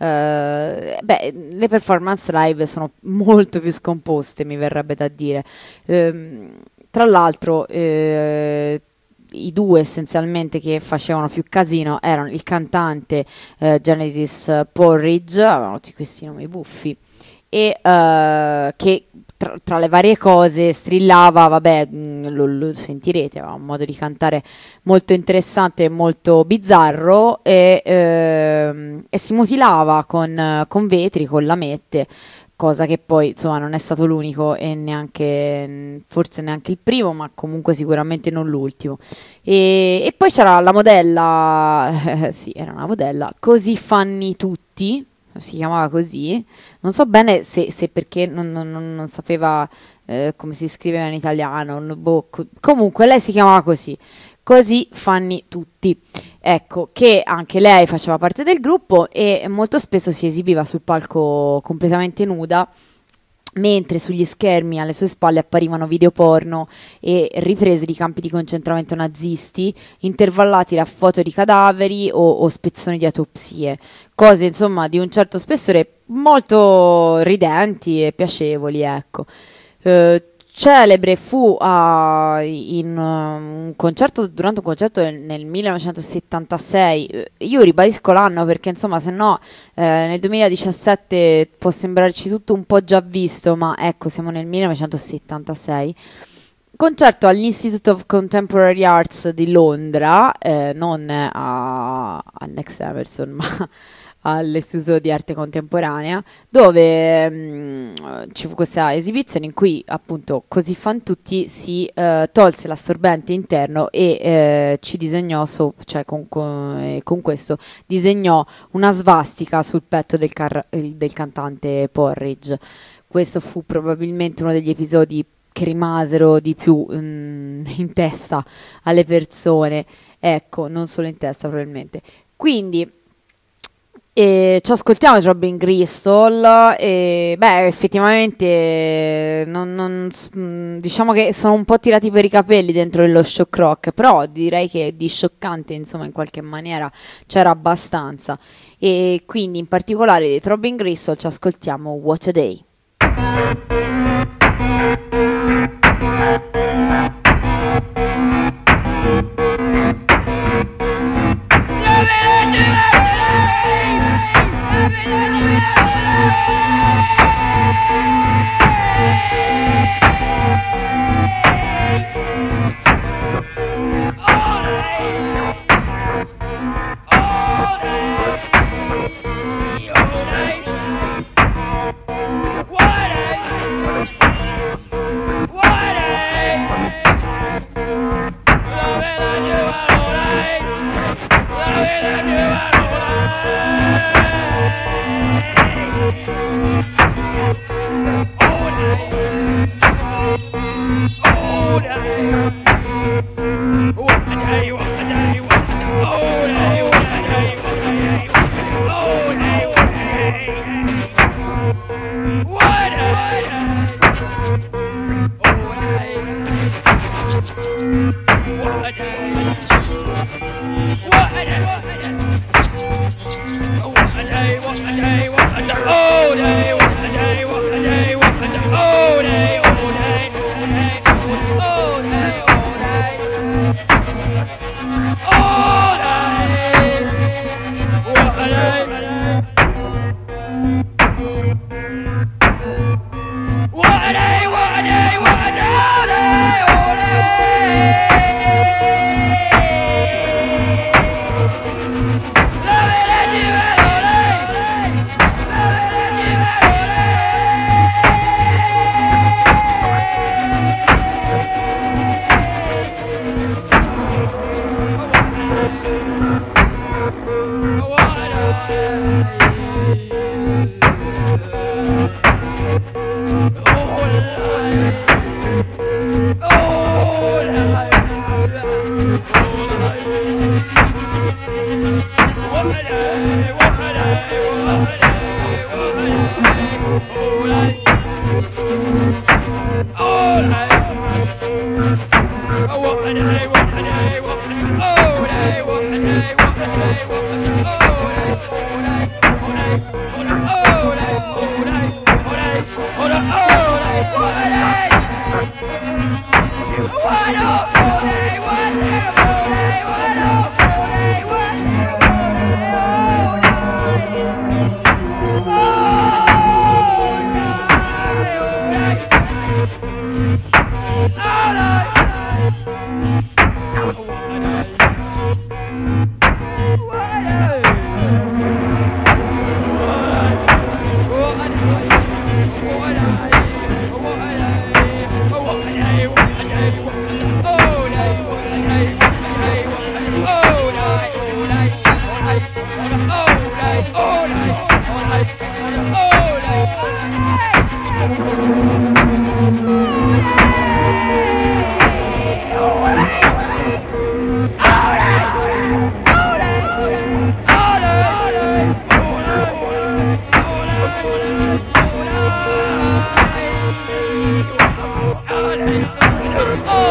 eh, beh, le performance live sono molto più scomposte, mi verrebbe da dire. Ehm, tra l'altro eh, i due essenzialmente che facevano più casino erano il cantante eh, Genesis Porridge, avevano tutti questi nomi buffi, e uh, che tra, tra le varie cose strillava, vabbè, mh, lo, lo sentirete, aveva un modo di cantare molto interessante e molto bizzarro, e, ehm, e si mutilava con, con vetri, con lamette, cosa che poi insomma non è stato l'unico e neanche, forse neanche il primo, ma comunque sicuramente non l'ultimo. E, e poi c'era la modella, eh, sì, era una modella, Così fanni tutti, si chiamava così, non so bene se, se perché non, non- non- non sapeva eh, come si scriveva in italiano, n- boh, co- comunque lei si chiamava così, così fanni tutti. Ecco, che anche lei faceva parte del gruppo e molto spesso si esibiva sul palco completamente nuda, mentre sugli schermi alle sue spalle apparivano video porno e riprese di campi di concentramento nazisti, intervallati da foto di cadaveri o, o spezzoni di autopsie, cose insomma di un certo spessore molto ridenti e piacevoli, ecco. Eh, Celebre fu a- in uh, un concerto, durante un concerto nel, nel millenovecentosettantasei. Eh, io ribadisco l'anno perché insomma se no eh, nel duemiladiciassette può sembrarci tutto un po' già visto, ma ecco siamo nel millenovecentosettantasei. Concerto all'Institute of Contemporary Arts di Londra, eh, non a, a Next Emerson, ma all'Istituto di Arte Contemporanea, dove mh, ci fu questa esibizione in cui appunto Così fan tutti si eh, tolse l'assorbente interno e eh, ci disegnò, so- cioè con, con- eh, con questo disegnò una svastica sul petto del, car- il- del cantante Porridge. Questo fu probabilmente uno degli episodi che rimasero di più mm, in testa alle persone, ecco, non solo in testa probabilmente. Quindi e ci ascoltiamo Robin Crystal e beh effettivamente non- non- mm, diciamo che sono un po' tirati per i capelli dentro lo shock rock, però direi che di scioccante insomma in qualche maniera c'era abbastanza, e quindi in particolare di Robin Crystal ci ascoltiamo What a Day.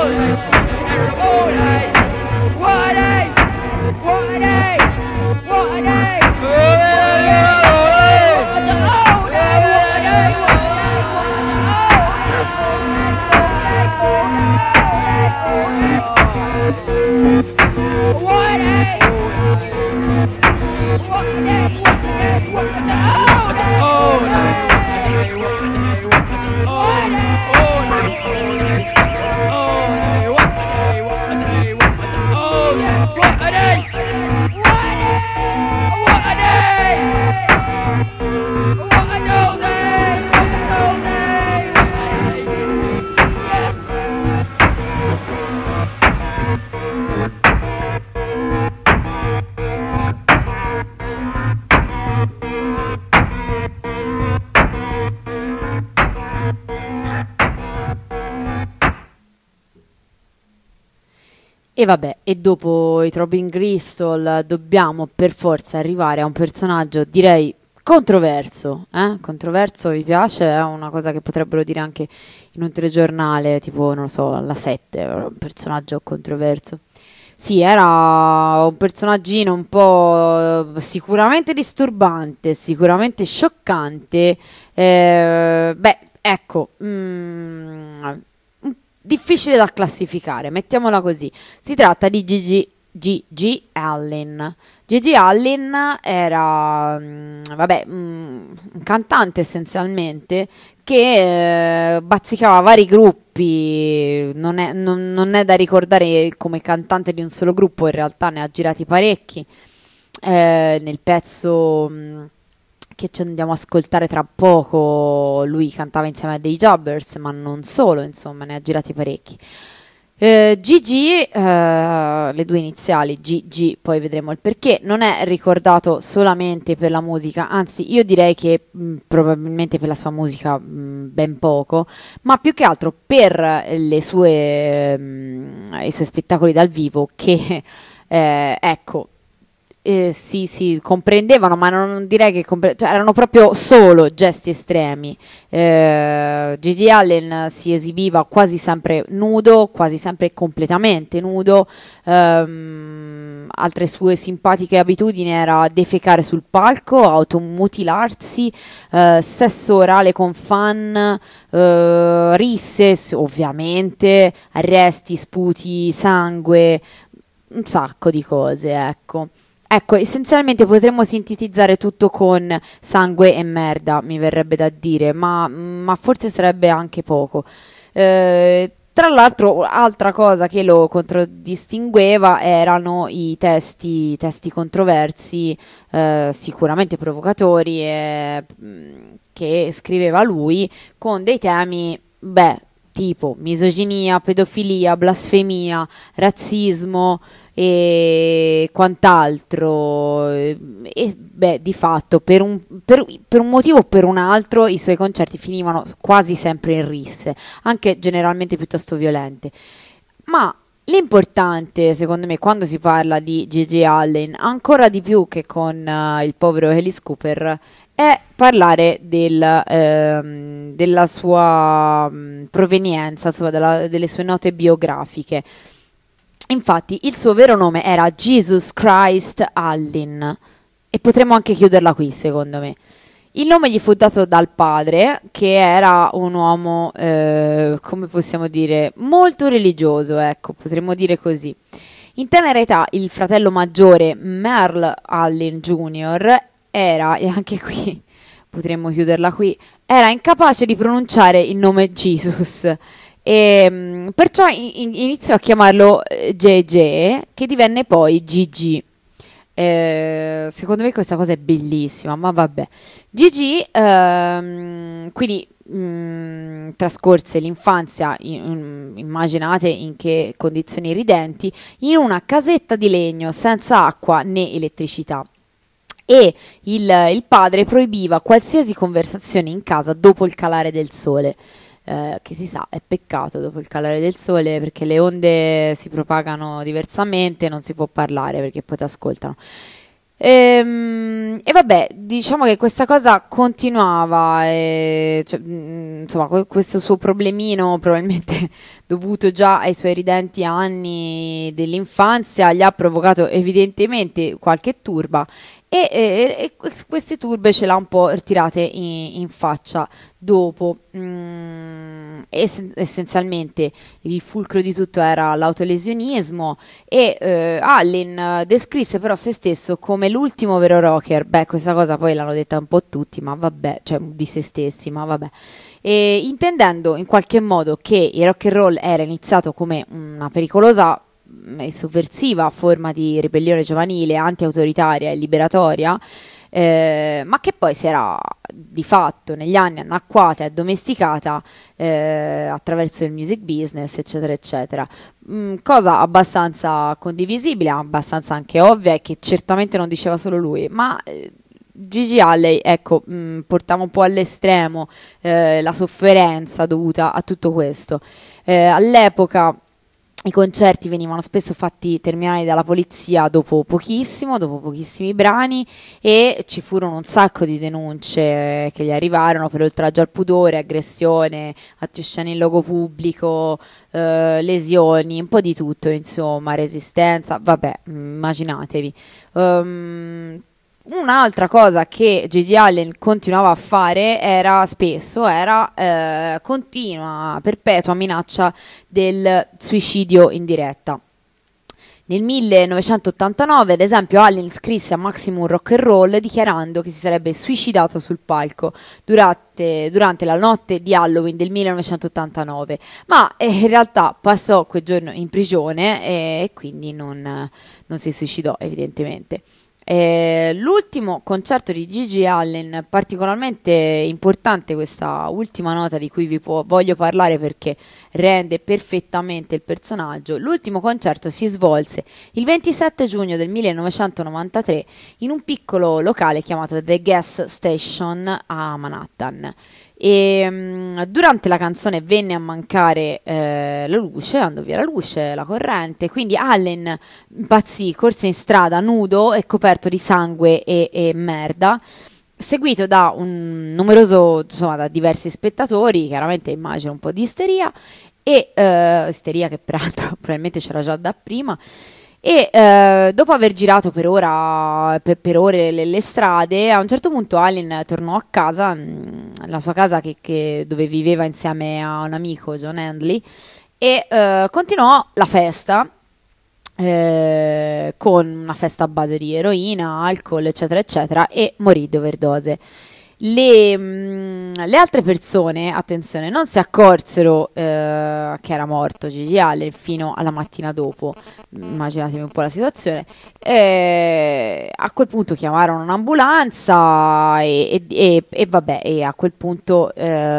E vabbè, e dopo i Throbbing Gristle dobbiamo per forza arrivare a un personaggio, direi, controverso. Eh? Controverso, vi piace? È una cosa che potrebbero dire anche in un telegiornale, tipo, non lo so, La sette, un personaggio controverso. Sì, era un personaggino un po' sicuramente disturbante, sicuramente scioccante. Eh, beh, ecco... Mm, difficile da classificare, mettiamola così. Si tratta di Gigi Gigi Allin. Gigi Allin era mh, vabbè, mh, un cantante essenzialmente che eh, bazzicava vari gruppi. Non è, non, non è da ricordare come cantante di un solo gruppo, in realtà ne ha girati parecchi. Eh, nel pezzo mh, che ci andiamo a ascoltare tra poco, lui cantava insieme a dei Jobbers, ma non solo, insomma, ne ha girati parecchi. Eh, Gigi, eh, le due iniziali G G, poi vedremo il perché, non è ricordato solamente per la musica, anzi io direi che mh, probabilmente per la sua musica mh, ben poco, ma più che altro per le sue, mh, i suoi spettacoli dal vivo che, eh, ecco, Eh, sì, sì, comprendevano, ma non direi che compre- cioè, erano proprio solo gesti estremi. Eh, Gigi Allen si esibiva quasi sempre nudo, quasi sempre completamente nudo. Ehm, altre sue simpatiche abitudini era defecare sul palco, automutilarsi, eh, sesso orale con fan, eh, risse, ovviamente, arresti, sputi, sangue, un sacco di cose, ecco. Ecco, essenzialmente potremmo sintetizzare tutto con sangue e merda, mi verrebbe da dire, ma, ma forse sarebbe anche poco. Eh, tra l'altro, altra cosa che lo contraddistingueva erano i testi, i testi controversi, eh, sicuramente provocatori, eh, che scriveva lui, con dei temi, beh, tipo misoginia, pedofilia, blasfemia, razzismo e quant'altro. E, e beh, di fatto per un, per, per un motivo o per un altro i suoi concerti finivano quasi sempre in risse, anche generalmente piuttosto violente. Ma l'importante, secondo me, quando si parla di Gigi Allen, ancora di più che con uh, il povero Alice Cooper, è parlare del, ehm, della sua mh, provenienza, insomma, della, delle sue note biografiche. Infatti, il suo vero nome era Jesus Christ Allin, e potremmo anche chiuderla qui, secondo me. Il nome gli fu dato dal padre, che era un uomo, eh, come possiamo dire, molto religioso, ecco, potremmo dire così. In tenera età, il fratello maggiore, Merle Allin Junior, era, e anche qui potremmo chiuderla qui, era incapace di pronunciare il nome Jesus, e mh, perciò in, iniziò a chiamarlo eh, J J, che divenne poi Gigi. Eh, secondo me questa cosa è bellissima, ma vabbè. Gigi ehm, quindi mh, trascorse l'infanzia, in, in, immaginate in che condizioni ridenti, in una casetta di legno senza acqua né elettricità. E il, il padre proibiva qualsiasi conversazione in casa dopo il calare del sole, eh, che si sa è peccato dopo il calare del sole, perché le onde si propagano diversamente, non si può parlare perché poi ti ascoltano. Ehm, E, vabbè, diciamo che questa cosa continuava, e, cioè, mh, insomma, que- questo suo problemino, probabilmente dovuto già ai suoi ridenti anni dell'infanzia, gli ha provocato evidentemente qualche turba e, e- e que- queste turbe ce l'ha un po' tirate in, in faccia dopo. Mm, ess- essenzialmente il fulcro di tutto era l'autolesionismo e eh, Allen eh, descrisse però se stesso come l'ultimo vero rocker. Beh, questa cosa poi l'hanno detta un po' tutti, ma vabbè, cioè di se stessi, ma vabbè. E intendendo in qualche modo che il rock and roll era iniziato come una pericolosa mm, e sovversiva forma di ribellione giovanile, anti-autoritaria e liberatoria, eh, ma che poi si era di fatto negli anni annacquata e addomesticata eh, attraverso il music business, eccetera, eccetera. Mm, cosa abbastanza condivisibile, abbastanza anche ovvia e che certamente non diceva solo lui, ma eh, Gigi Alley, ecco, mh, portava un po' all'estremo eh, la sofferenza dovuta a tutto questo. Eh, all'epoca i concerti venivano spesso fatti terminare dalla polizia dopo pochissimo, dopo pochissimi brani, e ci furono un sacco di denunce eh, che gli arrivarono per oltraggio al pudore, aggressione, attioscena in luogo pubblico, eh, lesioni, un po' di tutto, insomma, resistenza, vabbè, immaginatevi. Um, Un'altra cosa che Gigi Allen continuava a fare era spesso, era eh, continua, perpetua minaccia del suicidio in diretta. Nel millenovecentottantanove, ad esempio, Allen scrisse a Maximum Rock and Roll dichiarando che si sarebbe suicidato sul palco durante, durante la notte di Halloween del millenovecentottantanove, ma eh, in realtà passò quel giorno in prigione e, e quindi non, non si suicidò, evidentemente. Eh, l'ultimo concerto di Gigi Allen, particolarmente importante questa ultima nota di cui vi può- voglio parlare perché rende perfettamente il personaggio. L'ultimo concerto si svolse il ventisette giugno del millenovecentonovantatré in un piccolo locale chiamato The Gas Station a Manhattan. E mh, durante la canzone venne a mancare eh, la luce, andò via la luce, la corrente, quindi Allen impazzì, corse in strada nudo e coperto di sangue e, e merda, seguito da un numeroso, insomma, da diversi spettatori, chiaramente immagino un po' di isteria, e eh, isteria che peraltro probabilmente c'era già da prima. E eh, dopo aver girato per, ora, per, per ore le, le strade, a un certo punto Allen tornò a casa, mh, la sua casa che, che- dove viveva insieme a un amico, John Handley, e eh, continuò la festa eh, con una festa a base di eroina, alcol, eccetera, eccetera, e morì di overdose. Le, mh, le altre persone, attenzione, non si accorsero eh, che era morto Gigi Allen fino alla mattina dopo. Immaginatevi un po' la situazione. Eh, a quel punto chiamarono un'ambulanza e, e- e- e vabbè, e a quel punto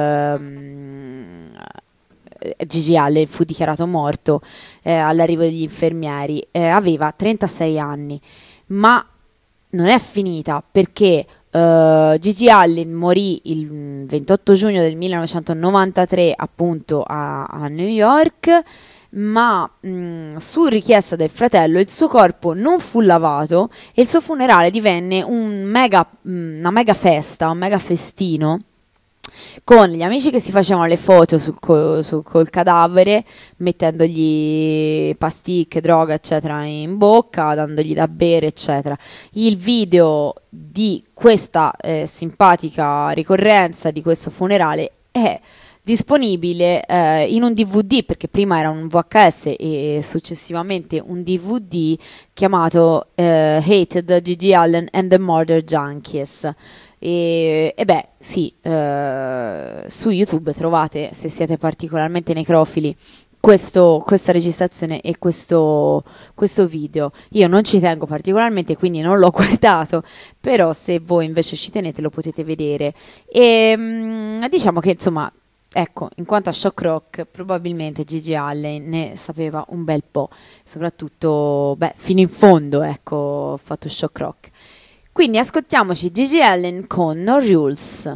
ehm, Gigi Allen fu dichiarato morto eh, all'arrivo degli infermieri. Eh, aveva trentasei anni, ma non è finita perché uh, Gigi Allen morì il ventotto giugno del millenovecentonovantatré appunto a, a New York, ma mh, su richiesta del fratello il suo corpo non fu lavato e il suo funerale divenne un mega, mh, una mega festa, un mega festino con gli amici che si facevano le foto sul co- sul- col cadavere, mettendogli pasticche, droga, eccetera, in bocca, dandogli da bere, eccetera. Il video di questa eh, simpatica ricorrenza di questo funerale è disponibile eh, in un D V D, perché prima era un V H S e successivamente un D V D chiamato eh, Hated Gigi Allen and the Murder Junkies. E, e beh, sì, eh, su YouTube trovate, se siete particolarmente necrofili, questo- questa registrazione e questo, questo video. Io non ci tengo particolarmente, quindi non l'ho guardato, però se voi invece ci tenete lo potete vedere. E mm, diciamo che insomma, ecco, in quanto a shock rock, probabilmente Gigi Allen ne sapeva un bel po', soprattutto, beh, fino in fondo, ecco, ho fatto shock rock. Quindi ascoltiamoci Gigi Allen con No Rules.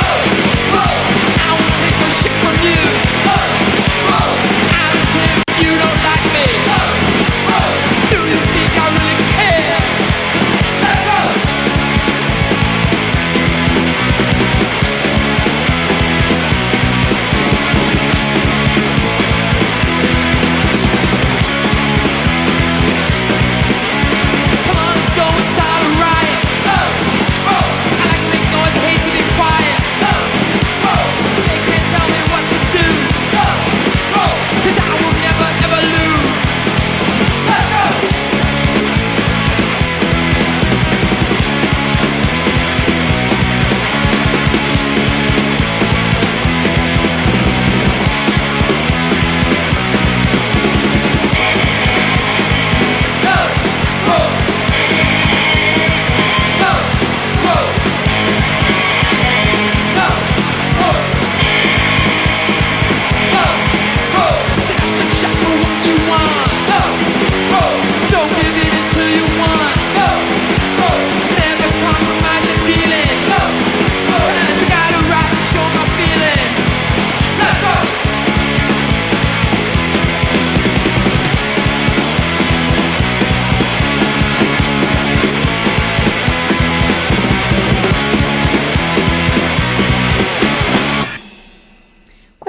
You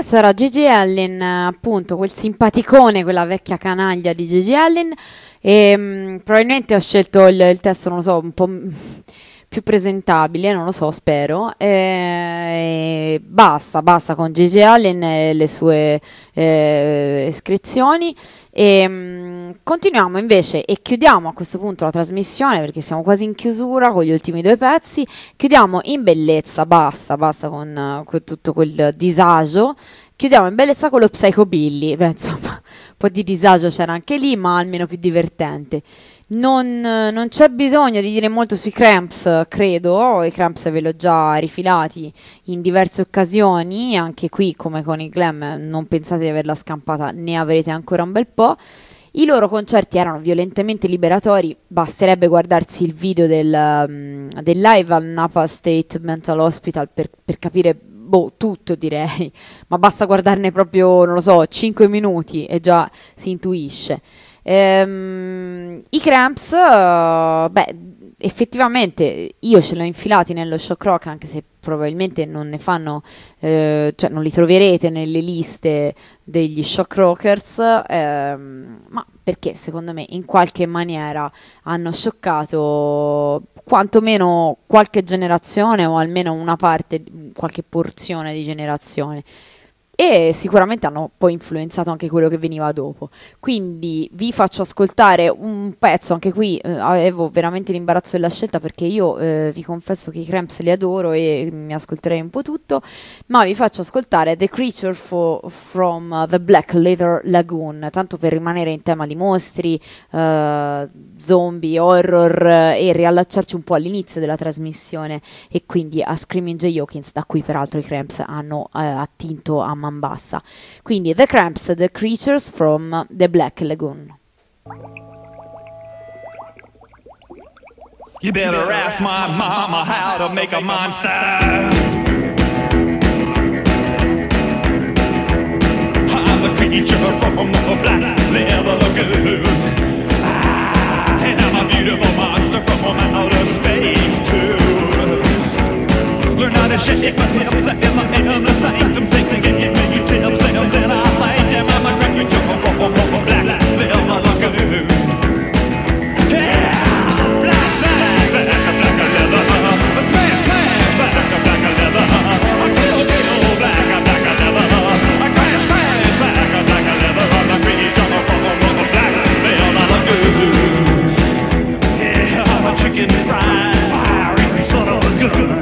Questo era Gigi Allen, eh, appunto, quel simpaticone, quella vecchia canaglia di Gigi Allen. E mh, probabilmente ho scelto il, il testo, non lo so, un po' m- più presentabile, non lo so, spero. E basta, basta con Gigi Allen e le sue eh, iscrizioni. E mh, continuiamo invece e chiudiamo a questo punto la trasmissione perché siamo quasi in chiusura con gli ultimi due pezzi. Chiudiamo in bellezza, basta, basta con, eh, con tutto quel disagio. Chiudiamo in bellezza con lo Psychobilly. Beh, insomma, un po' di disagio c'era anche lì, ma almeno più divertente. Non, non c'è bisogno di dire molto sui Cramps, credo. I Cramps ve l'ho già rifilati in diverse occasioni. Anche qui, come con i Glam, non pensate di averla scampata, ne avrete ancora un bel po'. I loro concerti erano violentemente liberatori, basterebbe guardarsi il video del, um, del live al Napa State Mental Hospital per, per capire boh, tutto, direi, ma basta guardarne proprio, non lo so, cinque minuti e già si intuisce. Ehm, I Cramps, uh, beh, effettivamente io ce l'ho infilati nello Shock Rock, anche se probabilmente non ne fanno, eh, cioè non li troverete nelle liste degli Shock Rockers, ehm, ma perché secondo me in qualche maniera hanno scioccato quantomeno qualche generazione o almeno una parte, qualche porzione di generazione. E sicuramente hanno poi influenzato anche quello che veniva dopo. Quindi vi faccio ascoltare un pezzo, anche qui eh, avevo veramente l'imbarazzo della scelta perché io eh, vi confesso che i Cramps li adoro e mi ascolterei un po' tutto, ma vi faccio ascoltare The Creature fo- from uh, the Black Leather Lagoon, tanto per rimanere in tema di mostri, uh, zombie, horror eh, e riallacciarci un po' all'inizio della trasmissione e quindi a Screaming Jay Hawkins, da cui peraltro i Cramps hanno eh, attinto a man bassa. Quindi The Cramps, The Creatures from the Black Lagoon. You better ask my mama how to make a monster. I'm the creature from the Black Leather Lagoon. I am a beautiful monster from outer space too. Learn how to shake my hips in the, in the sanctum, singing and give me tips, and then I find them. I'm a creature from the Black Leather Lagoon. Yeah, black, black, black, black leather. Smash, smash, black, black leather. Kill, kill, black, black leather. Crash, crash, black, black leather. The creature from the Black Leather Lagoon. Yeah, I'm a chicken fried, firing son of a gun.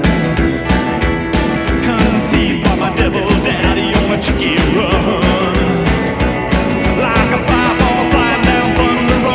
Conceived by my devil daddy on a chicken run. Like a fireball flying down thunder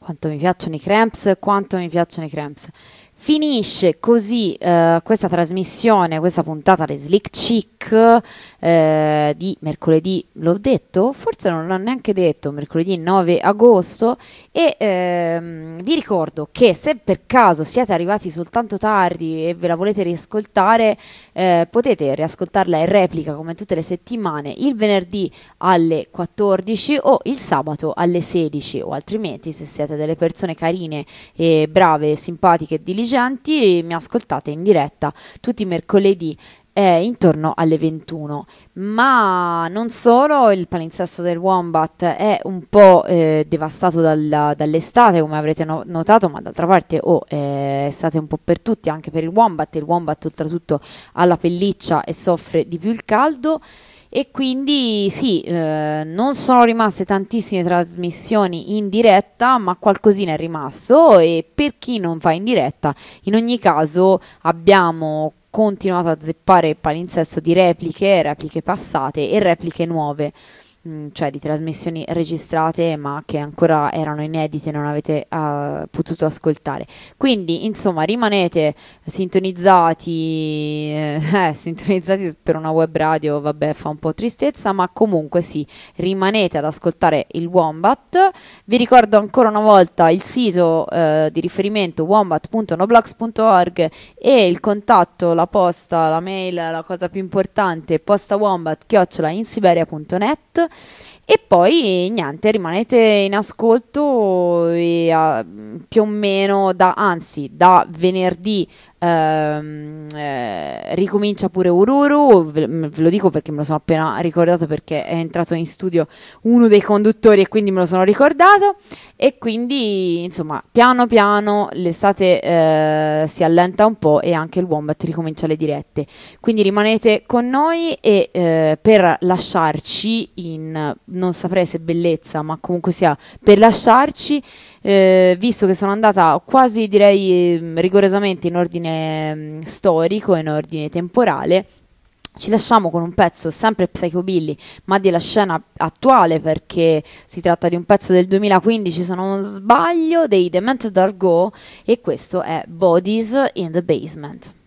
quanto mi piacciono i Cramps, quanto mi piacciono i Cramps. Finisce così eh, questa trasmissione, questa puntata di Slick Chick eh, di mercoledì, l'ho detto? Forse non l'ho neanche detto, mercoledì nove agosto, e ehm, vi ricordo che se per caso siete arrivati soltanto tardi e ve la volete riascoltare, eh, potete riascoltarla in replica come tutte le settimane il venerdì alle quattordici o il sabato alle sedici, o altrimenti se siete delle persone carine e brave, simpatiche e diligenti, mi ascoltate in diretta tutti i mercoledì eh, intorno alle ventuno. Ma non solo, il palinsesto del Wombat è un po' eh, devastato dalla- dall'estate, come avrete no- notato, ma d'altra parte oh, è estate un po' per tutti, anche per il Wombat. Il Wombat oltretutto ha la pelliccia e soffre di più il caldo. E quindi sì, eh, non sono rimaste tantissime trasmissioni in diretta, ma qualcosina è rimasto, e per chi non va in diretta, in ogni caso abbiamo continuato a zeppare il palinsesto di repliche, repliche passate e repliche nuove, mm, cioè di trasmissioni registrate ma che ancora erano inedite e non avete eh, potuto ascoltare. Quindi insomma rimanete sintonizzati, eh, eh, sintonizzati per una web radio, vabbè, fa un po' tristezza, ma comunque sì, rimanete ad ascoltare il Wombat. Vi ricordo ancora una volta il sito eh, di riferimento wombat punto noblogs punto org e il contatto, la posta, la mail, la cosa più importante, postawombat chiocciola insiberia punto net. E poi niente, rimanete in ascolto e, ah, più o meno da, anzi, da venerdì ehm, eh, ricomincia pure Ururu, ve, ve lo dico perché me lo sono appena ricordato, perché è entrato in studio uno dei conduttori e quindi me lo sono ricordato. E quindi insomma piano piano l'estate eh, si allenta un po' e anche il Wombat ricomincia le dirette, quindi rimanete con noi. E eh, per lasciarci in, non saprei se bellezza, ma comunque sia per lasciarci, eh, visto che sono andata quasi direi eh, rigorosamente in ordine mh, storico, in ordine temporale, ci lasciamo con un pezzo sempre psychobilly, ma della scena attuale, perché si tratta di un pezzo del duemilaquindici, se non sbaglio, dei Demented Are Go, e questo è Bodies in the Basement.